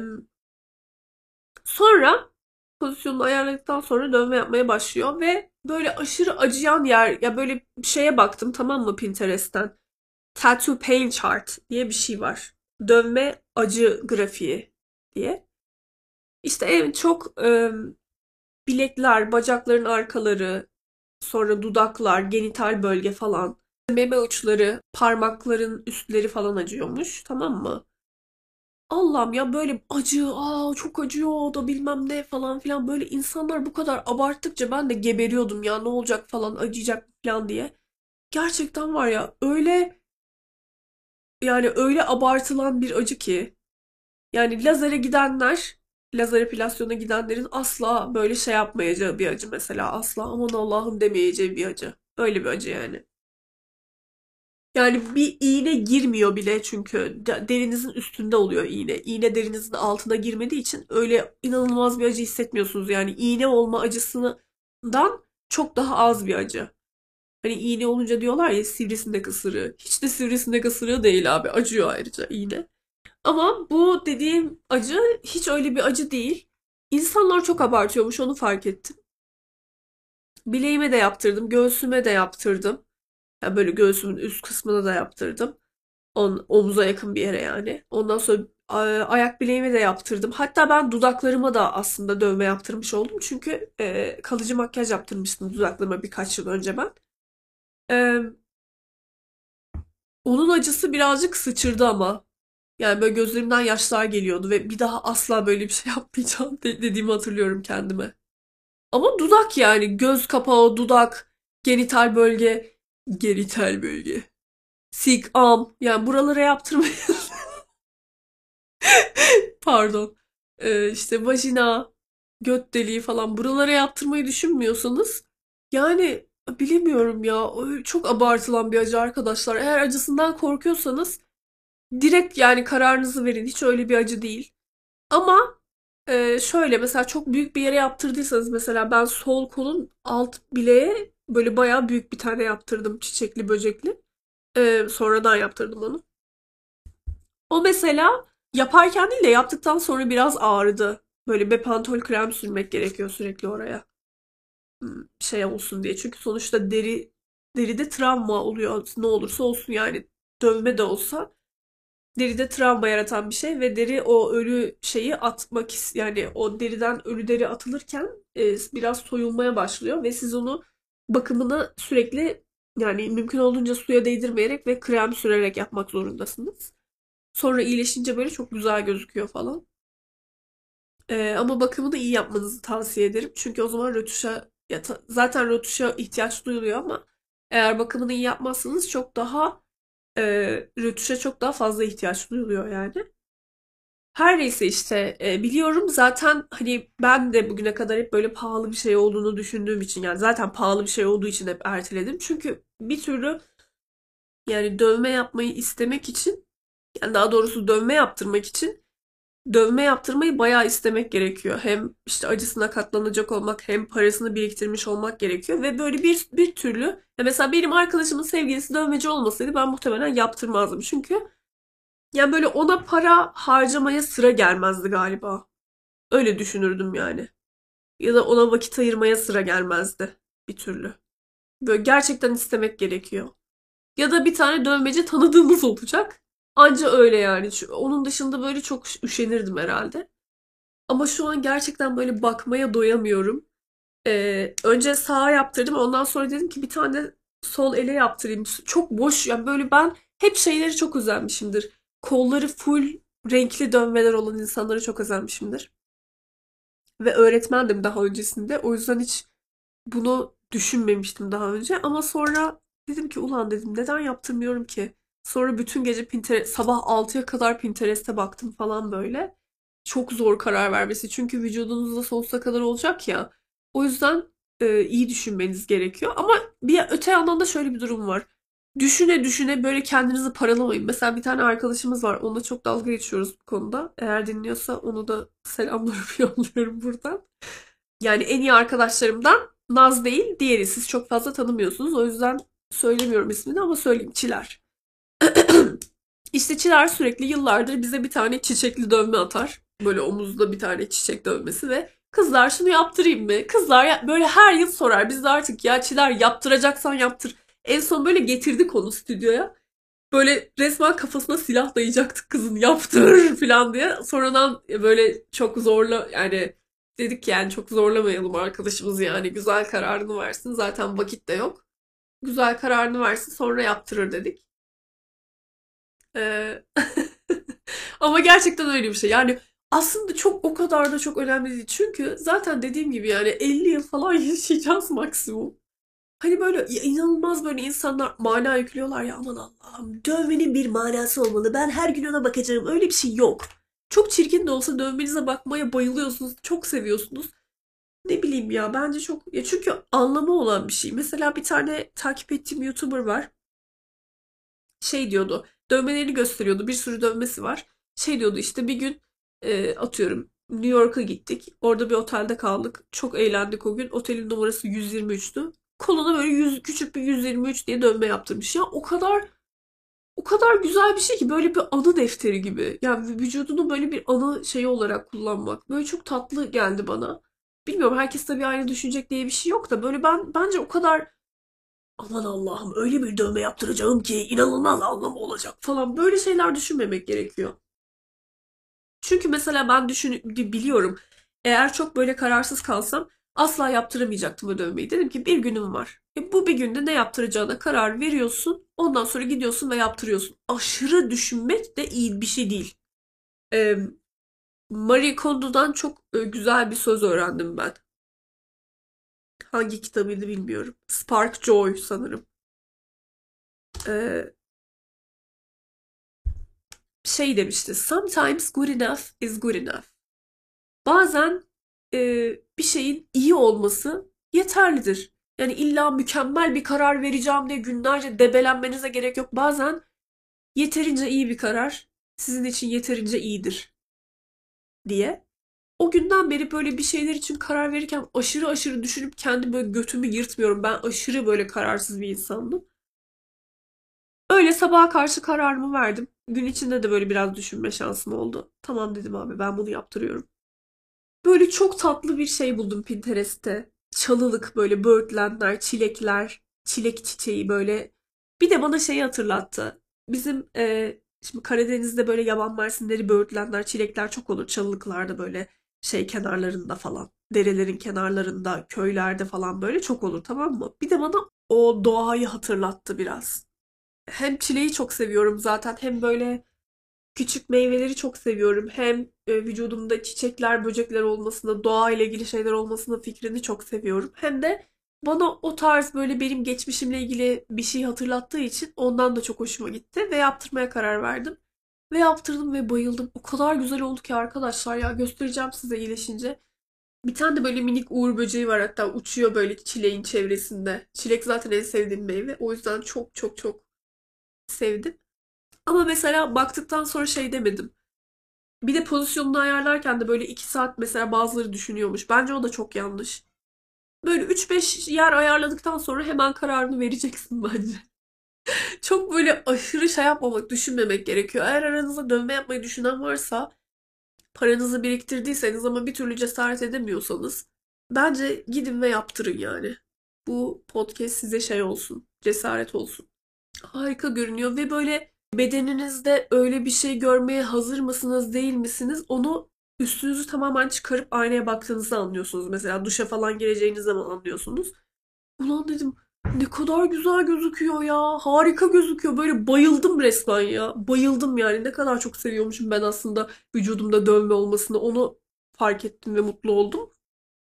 Sonra pozisyonunu ayarladıktan sonra dövme yapmaya başlıyor ve böyle aşırı acıyan yer, ya böyle bir şeye baktım tamam mı Pinterest'ten. Tattoo Pain Chart diye bir şey var. Dövme acı grafiği diye. İşte en çok e, bilekler, bacakların arkaları, sonra dudaklar, genital bölge falan, meme uçları, parmakların üstleri falan acıyormuş, tamam mı? Allah'ım ya, böyle acı, aa çok acıyor da bilmem ne falan filan, böyle insanlar bu kadar abarttıkça ben de geberiyordum ya, ne olacak falan, acıyacak falan diye. Gerçekten var ya, öyle yani öyle abartılan bir acı ki, yani lazere gidenler, lazer epilasyona gidenlerin asla böyle şey yapmayacağı bir acı mesela. Asla aman Allah'ım demeyeceği bir acı. Öyle bir acı yani. Yani bir iğne girmiyor bile, çünkü derinizin üstünde oluyor iğne. İğne derinizin altına girmediği için öyle inanılmaz bir acı hissetmiyorsunuz. Yani iğne olma acısından çok daha az bir acı. Hani iğne olunca diyorlar ya sivrisinek ısırığı. Hiç de sivrisinek ısırığı değil abi. Acıyor ayrıca iğne. Ama bu dediğim acı hiç öyle bir acı değil. İnsanlar çok abartıyormuş, onu fark ettim. Bileğime de yaptırdım, göğsüme de yaptırdım. Yani böyle göğsümün üst kısmına da yaptırdım. On, omuza yakın bir yere yani. Ondan sonra a- ayak bileğime de yaptırdım. Hatta ben dudaklarıma da aslında dövme yaptırmış oldum. Çünkü e, kalıcı makyaj yaptırmıştım dudaklarıma birkaç yıl önce ben. E, Onun acısı birazcık sıçırdı ama. Yani böyle gözlerimden yaşlar geliyordu ve bir daha asla böyle bir şey yapmayacağım de- dediğimi hatırlıyorum kendime. Ama dudak yani göz kapağı, dudak, genital bölge, genital bölge, sik, am yani buralara yaptırmayı pardon. Ee, işte vajina, göt deliği falan buralara yaptırmayı düşünmüyorsanız yani bilemiyorum ya o çok abartılan bir acı arkadaşlar. Eğer acısından korkuyorsanız direkt yani kararınızı verin. Hiç öyle bir acı değil. Ama e, şöyle mesela çok büyük bir yere yaptırdıysanız mesela ben sol kolun alt bileğe böyle bayağı büyük bir tane yaptırdım çiçekli böcekli. E, sonradan yaptırdım onu. O mesela yaparken değil de yaptıktan sonra biraz ağrıdı. Böyle Bepantol krem sürmek gerekiyor sürekli oraya. Hmm, Şey olsun diye. Çünkü sonuçta deri deride travma oluyor. Ne olursa olsun yani dövme de olsa deride travma yaratan bir şey ve deri o ölü şeyi atmak yani o deriden ölü deri atılırken e, biraz soyulmaya başlıyor ve siz onu bakımını sürekli yani mümkün olduğunca suya değdirmeyerek ve krem sürerek yapmak zorundasınız. Sonra iyileşince böyle çok güzel gözüküyor falan. Ee, ama bakımını iyi yapmanızı tavsiye ederim. Çünkü o zaman rötuşa ya ta- zaten rötuşa ihtiyaç duyuluyor ama eğer bakımını iyi yapmazsanız çok daha e, rötuşa çok daha fazla ihtiyaç duyuluyor yani. Her neyse işte e, biliyorum zaten hani ben de bugüne kadar hep böyle pahalı bir şey olduğunu düşündüğüm için yani zaten pahalı bir şey olduğu için hep erteledim. Çünkü bir türlü yani dövme yapmayı istemek için yani daha doğrusu dövme yaptırmak için dövme yaptırmayı bayağı istemek gerekiyor. Hem işte acısına katlanacak olmak hem parasını biriktirmiş olmak gerekiyor. Ve böyle bir, bir türlü ya mesela benim arkadaşımın sevgilisi dövmeci olmasaydı ben muhtemelen yaptırmazdım. Çünkü yani böyle ona para harcamaya sıra gelmezdi galiba. Öyle düşünürdüm yani. Ya da ona vakit ayırmaya sıra gelmezdi bir türlü. Böyle gerçekten istemek gerekiyor. Ya da bir tane dövmeci tanıdığımız olacak. Anca öyle yani. Onun dışında böyle çok üşenirdim herhalde. Ama şu an gerçekten böyle bakmaya doyamıyorum. Ee, önce sağa yaptırdım. Ondan sonra dedim ki bir tane sol ele yaptırayım. Çok boş. Yani böyle ben hep şeyleri çok özenmişimdir. Kolları full renkli dövmeler olan insanları çok özenmişimdir. Ve öğretmendim daha öncesinde. O yüzden hiç bunu düşünmemiştim daha önce. Ama sonra dedim ki ulan dedim neden yaptırmıyorum ki? Sonra bütün gece Pinterest, sabah altıya kadar Pinterest'e baktım falan böyle. Çok zor karar vermesi. Çünkü vücudunuzda sonsuza kadar olacak ya. O yüzden e, iyi düşünmeniz gerekiyor. Ama bir öte yandan da şöyle bir durum var. Düşüne düşüne böyle kendinizi paralamayın. Mesela bir tane arkadaşımız var. Onunla çok dalga geçiyoruz bu konuda. Eğer dinliyorsa onu da selamlarımı yolluyorum buradan. Yani en iyi arkadaşlarımdan Naz değil, diğeri. Siz çok fazla tanımıyorsunuz. O yüzden söylemiyorum ismini ama söyleyeyim. Çiler. İşte Çınar sürekli yıllardır bize bir tane çiçekli dövme atar. Böyle omuzda bir tane çiçek dövmesi ve kızlar şunu yaptırayım mı? Kızlar böyle her yıl sorar. Biz de artık ya Çınar yaptıracaksan yaptır. En son böyle getirdik onu stüdyoya. Böyle resmen kafasına silah dayayacaktık kızın yaptır falan diye. Sonradan böyle çok zorla yani dedik yani çok zorlamayalım arkadaşımızı yani güzel kararını versin. Zaten vakit de yok. Güzel kararını versin sonra yaptırır dedik. Ee, Ama gerçekten öyle bir şey. Yani aslında çok o kadar da çok önemli değil. Çünkü zaten dediğim gibi yani elli yıl falan yaşayacağız maksimum. Hani böyle inanılmaz böyle insanlar mana yüklüyorlar ya aman Allah'ım dövmenin bir manası olmalı. Ben her gün ona bakacağım. Öyle bir şey yok. Çok çirkin de olsa dövmenize bakmaya bayılıyorsunuz. Çok seviyorsunuz. Ne bileyim ya bence çok ya çünkü anlamı olan bir şey. Mesela bir tane takip ettiğim YouTuber var. Şey diyordu. Dövmelerini gösteriyordu. Bir sürü dövmesi var. Şey diyordu işte bir gün e, atıyorum New York'a gittik. Orada bir otelde kaldık. Çok eğlendik o gün. Otelin numarası yüz yirmi üçtü. Koluna böyle yüz, küçük bir yüz yirmi üç diye dövme yaptırmış. Ya o kadar o kadar güzel bir şey ki böyle bir anı defteri gibi. Yani vücudunu böyle bir anı şeyi olarak kullanmak. Böyle çok tatlı geldi bana. Bilmiyorum herkes tabii aynı düşünecek diye bir şey yok da böyle ben bence o kadar aman Allah'ım öyle bir dövme yaptıracağım ki inanılmaz anlamı olacak falan. Böyle şeyler düşünmemek gerekiyor. Çünkü mesela ben düşün biliyorum. Eğer çok böyle kararsız kalsam asla yaptıramayacaktım o dövmeyi. Dedim ki bir günüm var. E bu bir günde ne yaptıracağına karar veriyorsun. Ondan sonra gidiyorsun ve yaptırıyorsun. Aşırı düşünmek de iyi bir şey değil. Ee, Marie Kondo'dan çok e, güzel bir söz öğrendim ben. Hangi kitabıydı bilmiyorum. Spark Joy sanırım. Ee, Şey demişti. Sometimes good enough is good enough. Bazen e, bir şeyin iyi olması yeterlidir. Yani illa mükemmel bir karar vereceğim diye günlerce debelenmenize gerek yok. Bazen yeterince iyi bir karar sizin için yeterince iyidir diye. O günden beri böyle bir şeyler için karar verirken aşırı aşırı düşünüp kendi böyle götümü yırtmıyorum. Ben aşırı böyle kararsız bir insandım. Öyle sabaha karşı kararımı verdim. Gün içinde de böyle biraz düşünme şansım oldu. Tamam dedim abi ben bunu yaptırıyorum. Böyle çok tatlı bir şey buldum Pinterest'te. Çalılık böyle böğürtlenler, çilekler, çilek çiçeği böyle. Bir de bana şeyi hatırlattı. Bizim e, şimdi Karadeniz'de böyle yaban mersinleri, böğürtlenler, çilekler çok olur. Çalılıklarda böyle şey kenarlarında falan. Derelerin kenarlarında, köylerde falan böyle çok olur, tamam mı? Bir de bana o doğayı hatırlattı biraz. Hem çileği çok seviyorum zaten hem böyle küçük meyveleri çok seviyorum. Hem e, vücudumda çiçekler, böcekler olmasını, doğa ile ilgili şeyler olmasını fikrini çok seviyorum. Hem de bana o tarz böyle benim geçmişimle ilgili bir şey hatırlattığı için ondan da çok hoşuma gitti ve yaptırmaya karar verdim. Ve yaptırdım ve bayıldım. O kadar güzel oldu ki arkadaşlar ya göstereceğim size iyileşince. Bir tane de böyle minik uğur böceği var hatta uçuyor böyle çileğin çevresinde. Çilek zaten en sevdiğim meyve. O yüzden çok çok çok sevdim. Ama mesela baktıktan sonra şey demedim. Bir de pozisyonunu ayarlarken de böyle iki saat mesela bazıları düşünüyormuş. Bence o da çok yanlış. Böyle üç beş yer ayarladıktan sonra hemen kararını vereceksin bence. Çok böyle aşırı şey yapmamak, düşünmemek gerekiyor. Eğer aranızda dövme yapmayı düşünen varsa, paranızı biriktirdiyseniz ama bir türlü cesaret edemiyorsanız, bence gidin ve yaptırın yani. Bu podcast size şey olsun, cesaret olsun. Harika görünüyor ve böyle bedeninizde öyle bir şey görmeye hazır mısınız, değil misiniz? Onu üstünüzü tamamen çıkarıp aynaya baktığınızda anlıyorsunuz. Mesela duşa falan gireceğiniz zaman anlıyorsunuz. Ulan dedim ne kadar güzel gözüküyor ya. Harika gözüküyor. Böyle bayıldım resmen ya. Bayıldım yani. Ne kadar çok seviyormuşum ben aslında vücudumda dövme olmasını. Onu fark ettim ve mutlu oldum.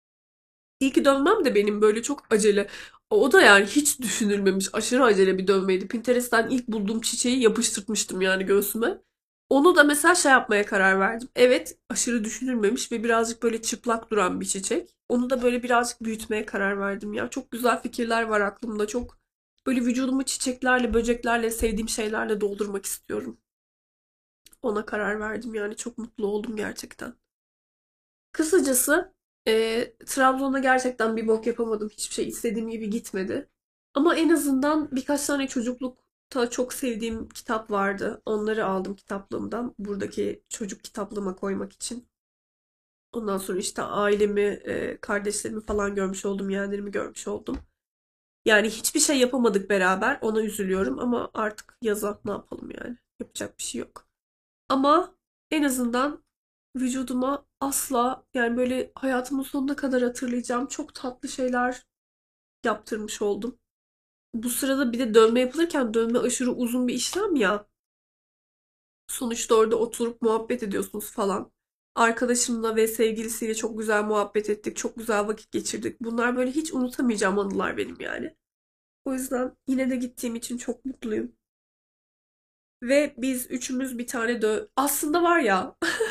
İlk dövmem de benim böyle çok acele. O da yani hiç düşünülmemiş aşırı acele bir dövmeydi. Pinterest'ten ilk bulduğum çiçeği yapıştırmıştım yani göğsüme. Onu da mesela şey yapmaya karar verdim. Evet aşırı düşünülmemiş ve birazcık böyle çıplak duran bir çiçek. Onu da böyle birazcık büyütmeye karar verdim ya. Çok güzel fikirler var aklımda. Çok böyle vücudumu çiçeklerle, böceklerle, sevdiğim şeylerle doldurmak istiyorum. Ona karar verdim yani çok mutlu oldum gerçekten. Kısacası e, Trabzon'da gerçekten bir bok yapamadım. Hiçbir şey istediğim gibi gitmedi. Ama en azından birkaç tane çocuklukta çok sevdiğim kitap vardı. Onları aldım kitaplığımdan. Buradaki çocuk kitaplığıma koymak için. Ondan sonra işte ailemi, e, kardeşlerimi falan görmüş oldum. Yeğenlerimi görmüş oldum. Yani hiçbir şey yapamadık beraber. Ona üzülüyorum ama artık yaza ne yapalım yani. Yapacak bir şey yok. Ama en azından vücuduma asla yani böyle hayatımın sonuna kadar hatırlayacağım çok tatlı şeyler yaptırmış oldum. Bu sırada bir de dövme yapılırken dövme aşırı uzun bir işlem ya. Sonuçta orada oturup muhabbet ediyorsunuz falan. Arkadaşımla ve sevgilisiyle çok güzel muhabbet ettik. Çok güzel vakit geçirdik. Bunlar böyle hiç unutamayacağım anılar benim yani. O yüzden yine de gittiğim için çok mutluyum. Ve biz üçümüz bir tane dö... Aslında var ya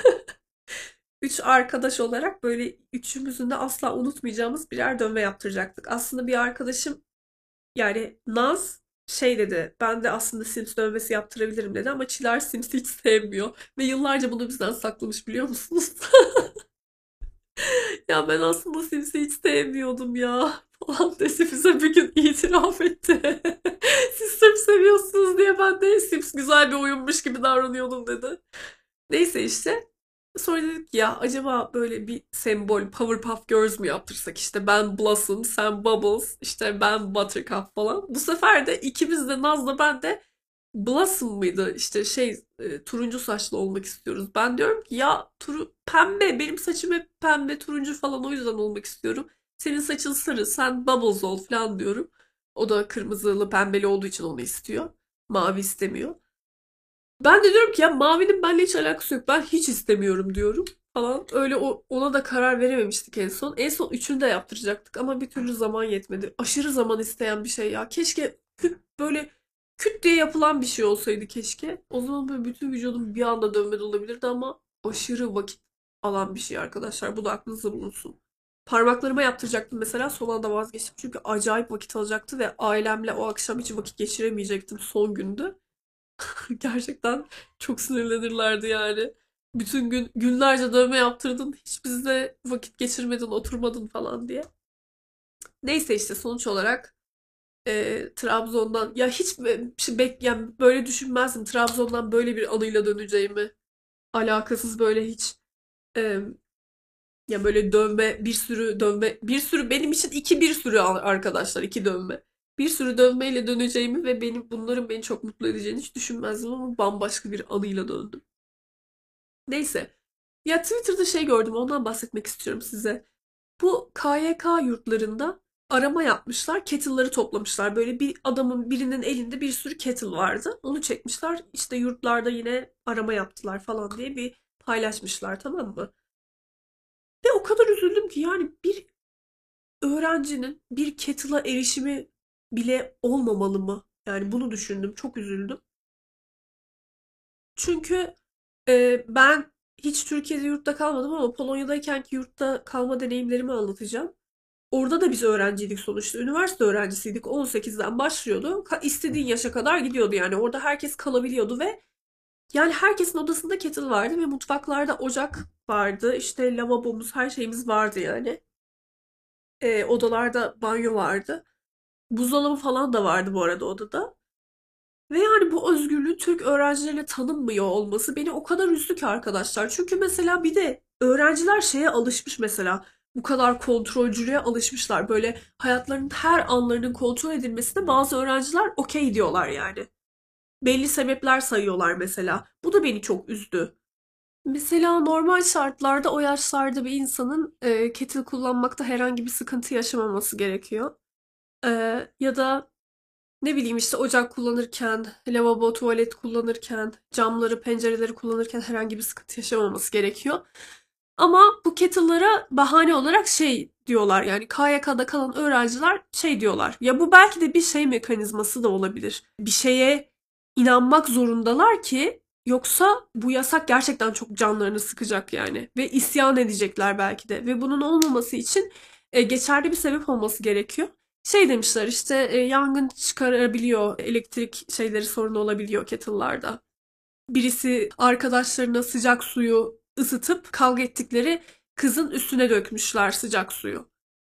üç arkadaş olarak böyle üçümüzün de asla unutmayacağımız birer dövme yaptıracaktık. Aslında bir arkadaşım yani Naz şey dedi ben de aslında Sims dövmesi yaptırabilirim dedi ama Çınar Sims'i hiç sevmiyor. Ve yıllarca bunu bizden saklamış biliyor musunuz? Ya ben aslında Sims'i hiç sevmiyordum ya falan dedi bize bir gün itiraf etti. Siz Sims seviyorsunuz diye ben de Sims güzel bir oyunmuş gibi davranıyordum dedi. Neyse işte Sonra dedik ki ya acaba böyle bir sembol Powerpuff Girls mü yaptırsak, işte ben Blossom, sen Bubbles, işte ben Buttercup falan. Bu sefer de ikimiz de, Naz'la ben de Blossom mıydı işte şey e, turuncu saçlı olmak istiyoruz. Ben diyorum ki ya turu pembe, benim saçım hep pembe turuncu falan, o yüzden olmak istiyorum. Senin saçın sarı, sen Bubbles ol falan diyorum. O da kırmızılı pembeli olduğu için onu istiyor. Mavi istemiyor. Ben de diyorum ki ya mavinin benimle hiç alakası yok. Ben hiç istemiyorum diyorum falan. Öyle o- ona da karar verememiştik en son. En son üçünü de yaptıracaktık ama bir türlü zaman yetmedi. Aşırı zaman isteyen bir şey ya. Keşke küt, böyle küt diye yapılan bir şey olsaydı keşke. O zaman böyle bütün vücudum bir anda dönmede olabilirdi ama aşırı vakit alan bir şey arkadaşlar. Bu da aklınızda bulunsun. Parmaklarıma yaptıracaktım mesela, son anda vazgeçtim. Çünkü acayip vakit alacaktı ve ailemle o akşam hiç vakit geçiremeyecektim, son gündü. Gerçekten çok sinirlenirlerdi yani. Bütün gün günlerce dövme yaptırdın, hiç bizle vakit geçirmedin, oturmadın falan diye. Neyse işte sonuç olarak e, Trabzon'dan ya hiç be- şey bek yani böyle düşünmezdim, Trabzon'dan böyle bir anıyla döneceğimi. Alakasız böyle hiç e, ya böyle dövme, bir sürü dövme, bir sürü benim için iki bir sürü arkadaşlar, iki dövme. Bir sürü dövmeyle döneceğimi ve benim bunların beni çok mutlu edeceğini hiç düşünmezdim ama bambaşka bir anıyla döndüm. Neyse. Ya Twitter'da şey gördüm, ondan bahsetmek istiyorum size. Bu K Y K yurtlarında arama yapmışlar. Kettle'ları toplamışlar. Böyle bir adamın, birinin elinde bir sürü kettle vardı. Onu çekmişler. İşte yurtlarda yine arama yaptılar falan diye bir paylaşmışlar, tamam mı? Ve o kadar üzüldüm ki, yani bir öğrencinin bir kettle'a erişimi bile olmamalı mı? Yani bunu düşündüm. Çok üzüldüm. Çünkü e, ben hiç Türkiye'de yurtta kalmadım ama Polonya'daykenki yurtta kalma deneyimlerimi anlatacağım. Orada da biz öğrenciydik sonuçta. Üniversite öğrencisiydik. on sekizden başlıyordu. Ka- istediğin yaşa kadar gidiyordu yani. Orada herkes kalabiliyordu ve yani herkesin odasında kettle vardı ve mutfaklarda ocak vardı. İşte lavabomuz, her şeyimiz vardı yani. E, odalarda banyo vardı. Buzdolabı falan da vardı bu arada odada. Ve yani bu özgürlüğün Türk öğrencilerine tanınmıyor olması beni o kadar üzdü ki arkadaşlar. Çünkü mesela bir de öğrenciler şeye alışmış mesela. Bu kadar kontrolcülüğe alışmışlar. Böyle hayatlarının her anlarının kontrol edilmesine bazı öğrenciler okey diyorlar yani. Belli sebepler sayıyorlar mesela. Bu da beni çok üzdü. Mesela normal şartlarda o yaşlarda bir insanın e, kettle kullanmakta herhangi bir sıkıntı yaşamaması gerekiyor. E, ya da ne bileyim işte ocak kullanırken, lavabo, tuvalet kullanırken, camları, pencereleri kullanırken herhangi bir sıkıntı yaşamaması gerekiyor. Ama bu kettle'lara bahane olarak şey diyorlar, yani K Y K'da kalan öğrenciler şey diyorlar. Ya bu belki de bir şey mekanizması da olabilir. Bir şeye inanmak zorundalar ki, yoksa bu yasak gerçekten çok canlarını sıkacak yani. Ve isyan edecekler belki de. Ve bunun olmaması için e, geçerli bir sebep olması gerekiyor. Şey demişler işte e, yangın çıkarabiliyor, elektrik şeyleri sorun olabiliyor kettle'larda. Birisi arkadaşlarına sıcak suyu ısıtıp kavga ettikleri kızın üstüne dökmüşler sıcak suyu.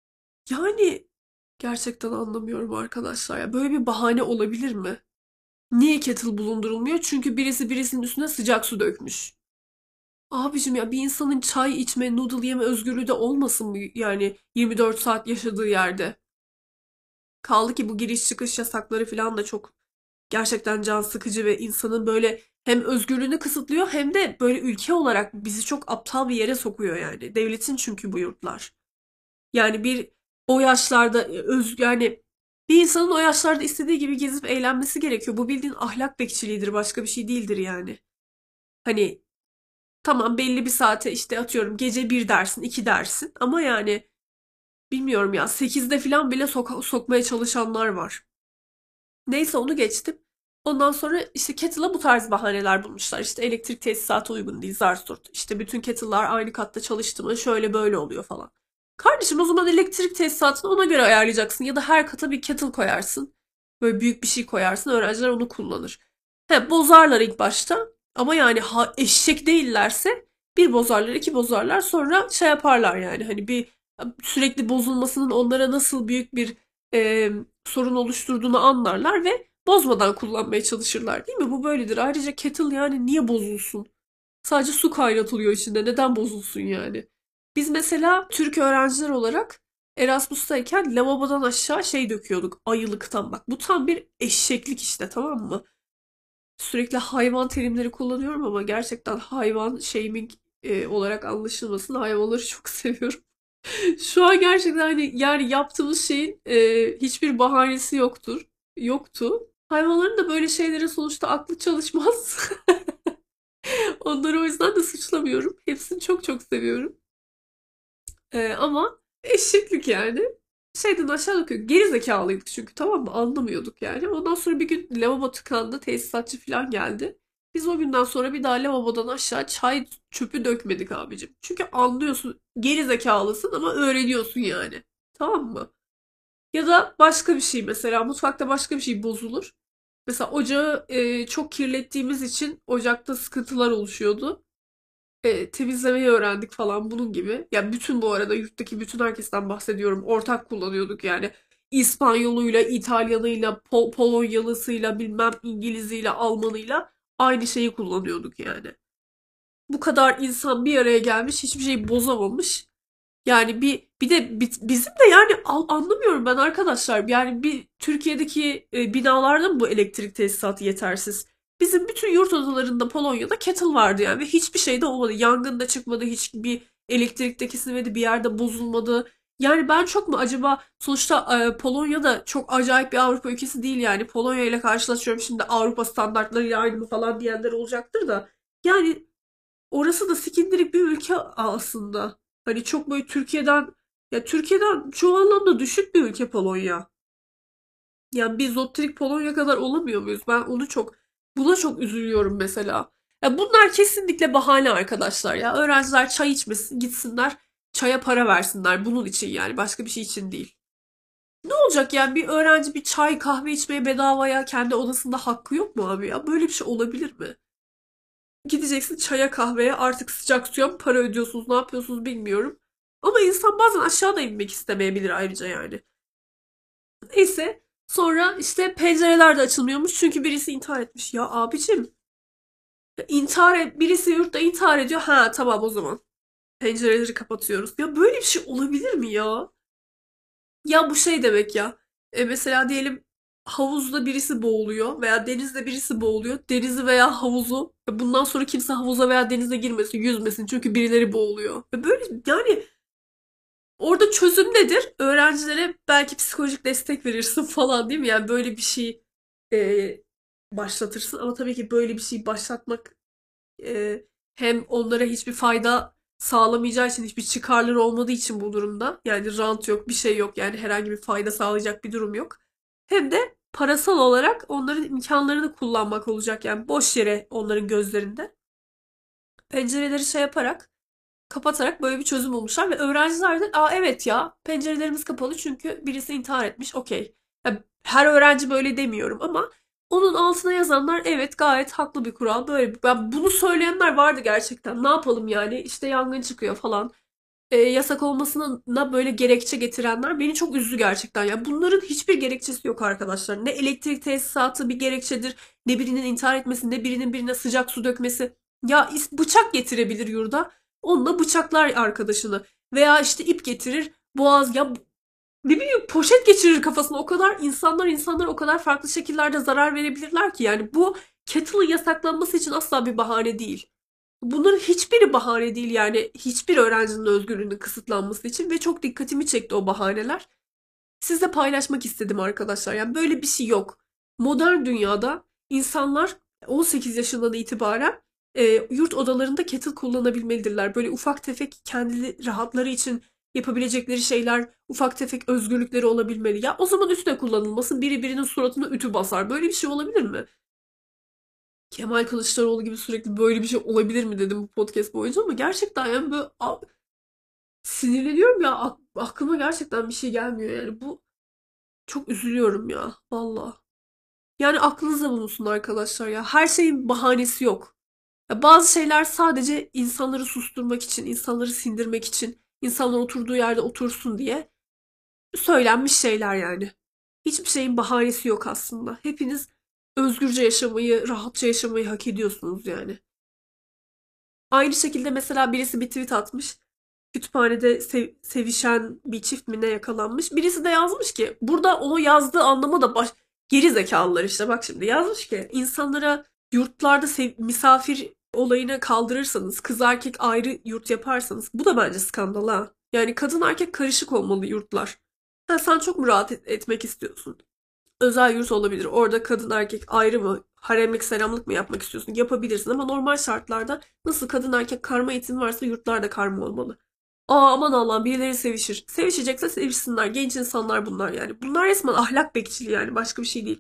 Yani gerçekten anlamıyorum arkadaşlar ya. Böyle bir bahane olabilir mi? Niye kettle bulundurulmuyor? Çünkü birisi birisinin üstüne sıcak su dökmüş. Abicim ya, bir insanın çay içme, noodle yeme özgürlüğü de olmasın mı yani yirmi dört saat yaşadığı yerde? Kaldı ki bu giriş çıkış yasakları falan da çok gerçekten can sıkıcı ve insanın böyle hem özgürlüğünü kısıtlıyor hem de böyle ülke olarak bizi çok aptal bir yere sokuyor yani. Devletin çünkü bu yurtlar. Yani bir o yaşlarda e, öz yani bir insanın o yaşlarda istediği gibi gezip eğlenmesi gerekiyor. Bu bildiğin ahlak bekçiliğidir, başka bir şey değildir yani. Hani tamam, belli bir saate işte atıyorum gece bir dersin, iki dersin ama yani bilmiyorum ya, sekizde falan bile soka- sokmaya çalışanlar var. Neyse onu geçtim. Ondan sonra işte kettle'a bu tarz bahaneler bulmuşlar. İşte elektrik tesisatı uygun değil, zar turt. İşte bütün kettle'lar aynı katta çalıştı mı şöyle böyle oluyor falan. Kardeşim o zaman elektrik tesisatını ona göre ayarlayacaksın. Ya da her kata bir kettle koyarsın. Böyle büyük bir şey koyarsın. Öğrenciler onu kullanır. He, bozarlar ilk başta. Ama yani ha, eşek değillerse bir bozarlar, iki bozarlar, sonra şey yaparlar yani. Hani bir sürekli bozulmasının onlara nasıl büyük bir e, sorun oluşturduğunu anlarlar ve bozmadan kullanmaya çalışırlar, değil mi? Bu böyledir. Ayrıca kettle yani niye bozulsun? Sadece su kaynatılıyor içinde. Neden bozulsun yani? Biz mesela Türk öğrenciler olarak Erasmus'tayken lavabodan aşağı şey döküyorduk. Ayılıktan bak. Bu tam bir eşeklik işte, tamam mı? Sürekli hayvan terimleri kullanıyorum ama gerçekten hayvan shaming e, olarak anlaşılmasın. Hayvanları çok seviyorum. Şu an gerçekten hani yani yaptığımız şeyin e, hiçbir bahanesi yoktur. Yoktu. Hayvanların da böyle şeylerin sonuçta aklı çalışmaz. Onları o yüzden de suçlamıyorum. Hepsini çok çok seviyorum. E, ama eşeklik yani. Şeyden aşağı bakıyor. Geri zekalıydık çünkü, tamam mı? Anlamıyorduk yani. Ondan sonra bir gün lavabo tıkandı. Tesisatçı falan geldi. Biz o günden sonra bir daha lavabodan aşağı çay çöpü dökmedik abicim. Çünkü anlıyorsun, geri zekalısın ama öğreniyorsun yani. Tamam mı? Ya da başka bir şey, mesela mutfakta başka bir şey bozulur. Mesela ocağı e, çok kirlettiğimiz için ocakta sıkıntılar oluşuyordu. E, temizlemeyi öğrendik falan, bunun gibi. Ya bütün, bu arada yurttaki bütün herkesten bahsediyorum. Ortak kullanıyorduk yani. İspanyoluyla, İtalyanıyla, Pol Polonyalısıyla, bilmem İngiliziyle, Almanıyla aynı şeyi kullanıyorduk yani. Bu kadar insan bir araya gelmiş, hiçbir şeyi bozamamış. Yani bir bir de bi- bizim de yani al- anlamıyorum ben arkadaşlar. Yani bir Türkiye'deki e, binalarda mı bu elektrik tesisatı yetersiz? Bizim bütün yurt odalarında Polonya'da kettle vardı yani ve hiçbir şey de olmadı. Yangın da çıkmadı, hiçbir elektrik de kesilmedi, bir yerde bozulmadı. Yani ben çok mu acaba, sonuçta e, Polonya da çok acayip bir Avrupa ülkesi değil yani. Polonya ile karşılaşıyorum şimdi, Avrupa standartlarıyla aynı mı falan diyenler olacaktır da. Yani orası da sikindirik bir ülke aslında. Hani çok böyle Türkiye'den, ya Türkiye'den çoğu anlamda düşük bir ülke Polonya. Yani biz Zotterik Polonya kadar olamıyor muyuz? Ben onu çok, buna çok üzülüyorum mesela. Ya bunlar kesinlikle bahane arkadaşlar ya. Öğrenciler çay içmesin, gitsinler çaya para versinler bunun için, yani başka bir şey için değil. Ne olacak yani, bir öğrenci bir çay kahve içmeye bedavaya kendi odasında hakkı yok mu abi ya? Böyle bir şey olabilir mi? Gideceksin çaya kahveye, artık sıcak suya mı para ödüyorsunuz, ne yapıyorsunuz bilmiyorum. Ama insan bazen aşağıda inmek istemeyebilir ayrıca yani. Neyse, sonra işte pencereler de açılmıyormuş çünkü birisi intihar etmiş. Ya abicim, intihar et, birisi yurtta intihar ediyor. Ha tamam, o zaman pencereleri kapatıyoruz. Ya böyle bir şey olabilir mi ya? Ya bu şey demek ya. E mesela diyelim havuzda birisi boğuluyor veya denizde birisi boğuluyor. Denizi veya havuzu, e bundan sonra kimse havuza veya denize girmesin, yüzmesin çünkü birileri boğuluyor. E böyle yani, orada çözüm nedir? Öğrencilere belki psikolojik destek verirsin falan, değil mi? Yani böyle bir şey e, başlatırsın ama tabii ki böyle bir şey başlatmak e, hem onlara hiçbir fayda sağlamayacağı için, hiçbir çıkarları olmadığı için bu durumda, yani rant yok, bir şey yok, yani herhangi bir fayda sağlayacak bir durum yok. Hem de parasal olarak onların imkanlarını kullanmak olacak, yani boş yere onların gözlerinde. Pencereleri şey yaparak, kapatarak böyle bir çözüm bulmuşlar ve öğrenciler de aa evet ya, pencerelerimiz kapalı çünkü birisi intihar etmiş, okey. Ya her öğrenci böyle demiyorum ama onun altına yazanlar evet, gayet haklı bir kural. Böyle, ben bunu söyleyenler vardı gerçekten. Ne yapalım yani, işte yangın çıkıyor falan. E, yasak olmasına böyle gerekçe getirenler beni çok üzdü gerçekten. Ya bunların hiçbir gerekçesi yok arkadaşlar. Ne elektrik tesisatı bir gerekçedir, ne birinin intihar etmesi, ne birinin birine sıcak su dökmesi. Ya bıçak getirebilir yurda. Onunla bıçaklar arkadaşını. Veya işte ip getirir, boğaz ya, ne bileyim poşet geçirir kafasına. O kadar insanlar insanlar o kadar farklı şekillerde zarar verebilirler ki, yani bu kettle'ın yasaklanması için asla bir bahane değil. Bunların hiçbiri bahane değil yani, hiçbir öğrencinin özgürlüğünün kısıtlanması için, ve çok dikkatimi çekti o bahaneler. Sizle paylaşmak istedim arkadaşlar. Yani böyle bir şey yok. Modern dünyada insanlar on sekiz yaşından itibaren e, yurt odalarında kettle kullanabilmelidirler. Böyle ufak tefek kendi rahatları için yapabilecekleri şeyler, ufak tefek özgürlükleri olabilmeli. Ya o zaman üstüne kullanılmasın. Biri birinin suratına ütü basar. Böyle bir şey olabilir mi? Kemal Kılıçdaroğlu gibi sürekli böyle bir şey olabilir mi dedim bu podcast boyunca, ama gerçekten yani böyle a- sinirleniyorum ya, ak- aklıma gerçekten bir şey gelmiyor yani, bu çok üzülüyorum ya valla. Yani aklınızda bulunsun arkadaşlar ya, her şeyin bahanesi yok. Ya bazı şeyler sadece insanları susturmak için, insanları sindirmek için, insanlar oturduğu yerde otursun diye söylenmiş şeyler yani. Hiçbir şeyin bahanesi yok aslında. Hepiniz özgürce yaşamayı, rahatça yaşamayı hak ediyorsunuz yani. Aynı şekilde mesela birisi bir tweet atmış. Kütüphanede sev- sevişen bir çift mi ne yakalanmış. Birisi de yazmış ki burada o yazdığı anlama da baş... Geri zekalılar işte bak şimdi yazmış ki insanlara yurtlarda sev- misafir olayını kaldırırsanız, kız erkek ayrı yurt yaparsanız bu da bence skandal ha. Yani kadın erkek karışık olmalı yurtlar. Ha, sen çok mu rahat et- etmek istiyorsun? Özel yurt olabilir. Orada kadın erkek ayrı mı? Haremlik selamlık mı yapmak istiyorsun? Yapabilirsin ama normal şartlarda nasıl kadın erkek karma eğitim varsa yurtlarda karma olmalı. Aa aman Allah'ım birileri sevişir. Sevişecekse sevişsinler. Genç insanlar bunlar yani. Bunlar resmen ahlak bekçiliği yani başka bir şey değil.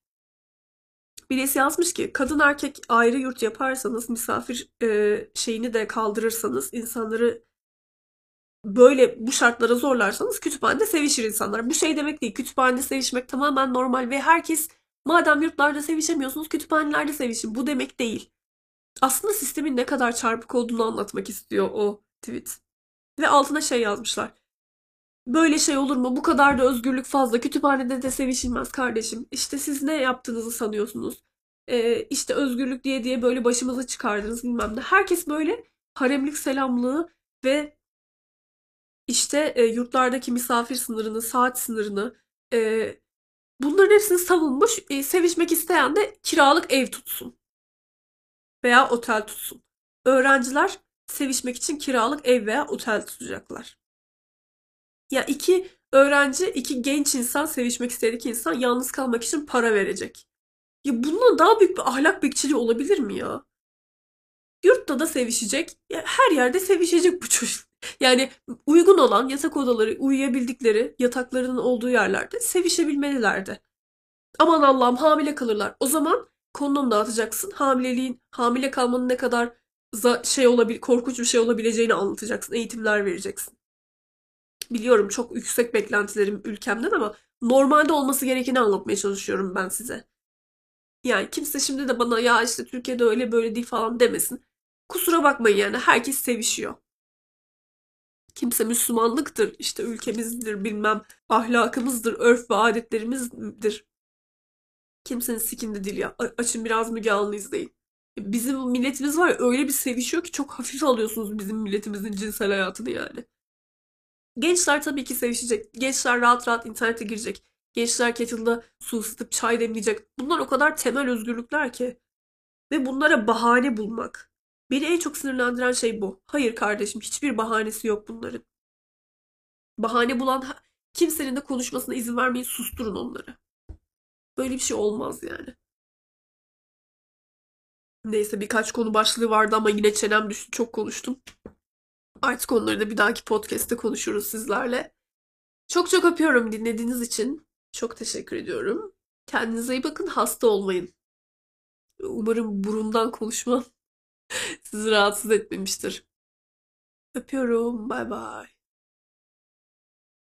Birisi yazmış ki kadın erkek ayrı yurt yaparsanız misafir e, şeyini de kaldırırsanız insanları böyle bu şartlara zorlarsanız kütüphanede sevişir insanlar. Bu şey demek değil. Kütüphanede sevişmek tamamen normal ve herkes madem yurtlarda sevişemiyorsunuz kütüphanelerde sevişin. Bu demek değil. Aslında sistemin ne kadar çarpık olduğunu anlatmak istiyor o tweet. Ve altına şey yazmışlar. Böyle şey olur mu? Bu kadar da özgürlük fazla. Kütüphanede de sevişilmez kardeşim. İşte siz ne yaptığınızı sanıyorsunuz? Ee, işte özgürlük diye diye böyle başımıza çıkardınız bilmem ne. Herkes böyle haremlik selamlığı ve işte e, yurtlardaki misafir sınırını, saat sınırını e, bunların hepsini savunmuş. E, sevişmek isteyen de kiralık ev tutsun veya otel tutsun. Öğrenciler sevişmek için kiralık ev veya otel tutacaklar. Ya iki öğrenci, iki genç insan sevişmek istediki insan yalnız kalmak için para verecek. Ya bundan daha büyük bir ahlak bekçiliği olabilir mi ya? Yurtta da sevişecek. Ya her yerde sevişecek bu çocuk. Yani uygun olan yatak odaları, uyuyabildikleri yataklarının olduğu yerlerde sevişebilmelilerdi. Aman Allah'ım hamile kalırlar. O zaman kondom dağıtacaksın. Hamileliğin, hamile kalmanın ne kadar şey olabil, korkunç bir şey olabileceğini anlatacaksın. Eğitimler vereceksin. Biliyorum çok yüksek beklentilerim ülkemden ama normalde olması gerekeni anlatmaya çalışıyorum ben size. Yani kimse şimdi de bana ya işte Türkiye'de öyle böyle değil falan demesin. Kusura bakmayın yani herkes sevişiyor. Kimse Müslümanlıktır, işte ülkemizdir, bilmem ahlakımızdır, örf ve adetlerimizdir. Kimsenin sikinde değil ya. Açın biraz Müge Anlı izleyin. Bizim milletimiz var ya öyle bir sevişiyor ki çok hafife alıyorsunuz bizim milletimizin cinsel hayatını yani. Gençler tabii ki sevişecek. Gençler rahat rahat internete girecek. Gençler kettle'da su ısıtıp çay demleyecek. Bunlar o kadar temel özgürlükler ki. Ve bunlara bahane bulmak. Beni en çok sinirlendiren şey bu. Hayır kardeşim hiçbir bahanesi yok bunların. Bahane bulan kimsenin de konuşmasına izin vermeyin susturun onları. Böyle bir şey olmaz yani. Neyse birkaç konu başlığı vardı ama yine çenem düştü çok konuştum. Artık onları da bir dahaki podcast'te konuşuruz sizlerle. Çok çok öpüyorum dinlediğiniz için. Çok teşekkür ediyorum. Kendinize iyi bakın, hasta olmayın. Umarım burundan konuşmam sizi rahatsız etmemiştir. Öpüyorum, bay bay.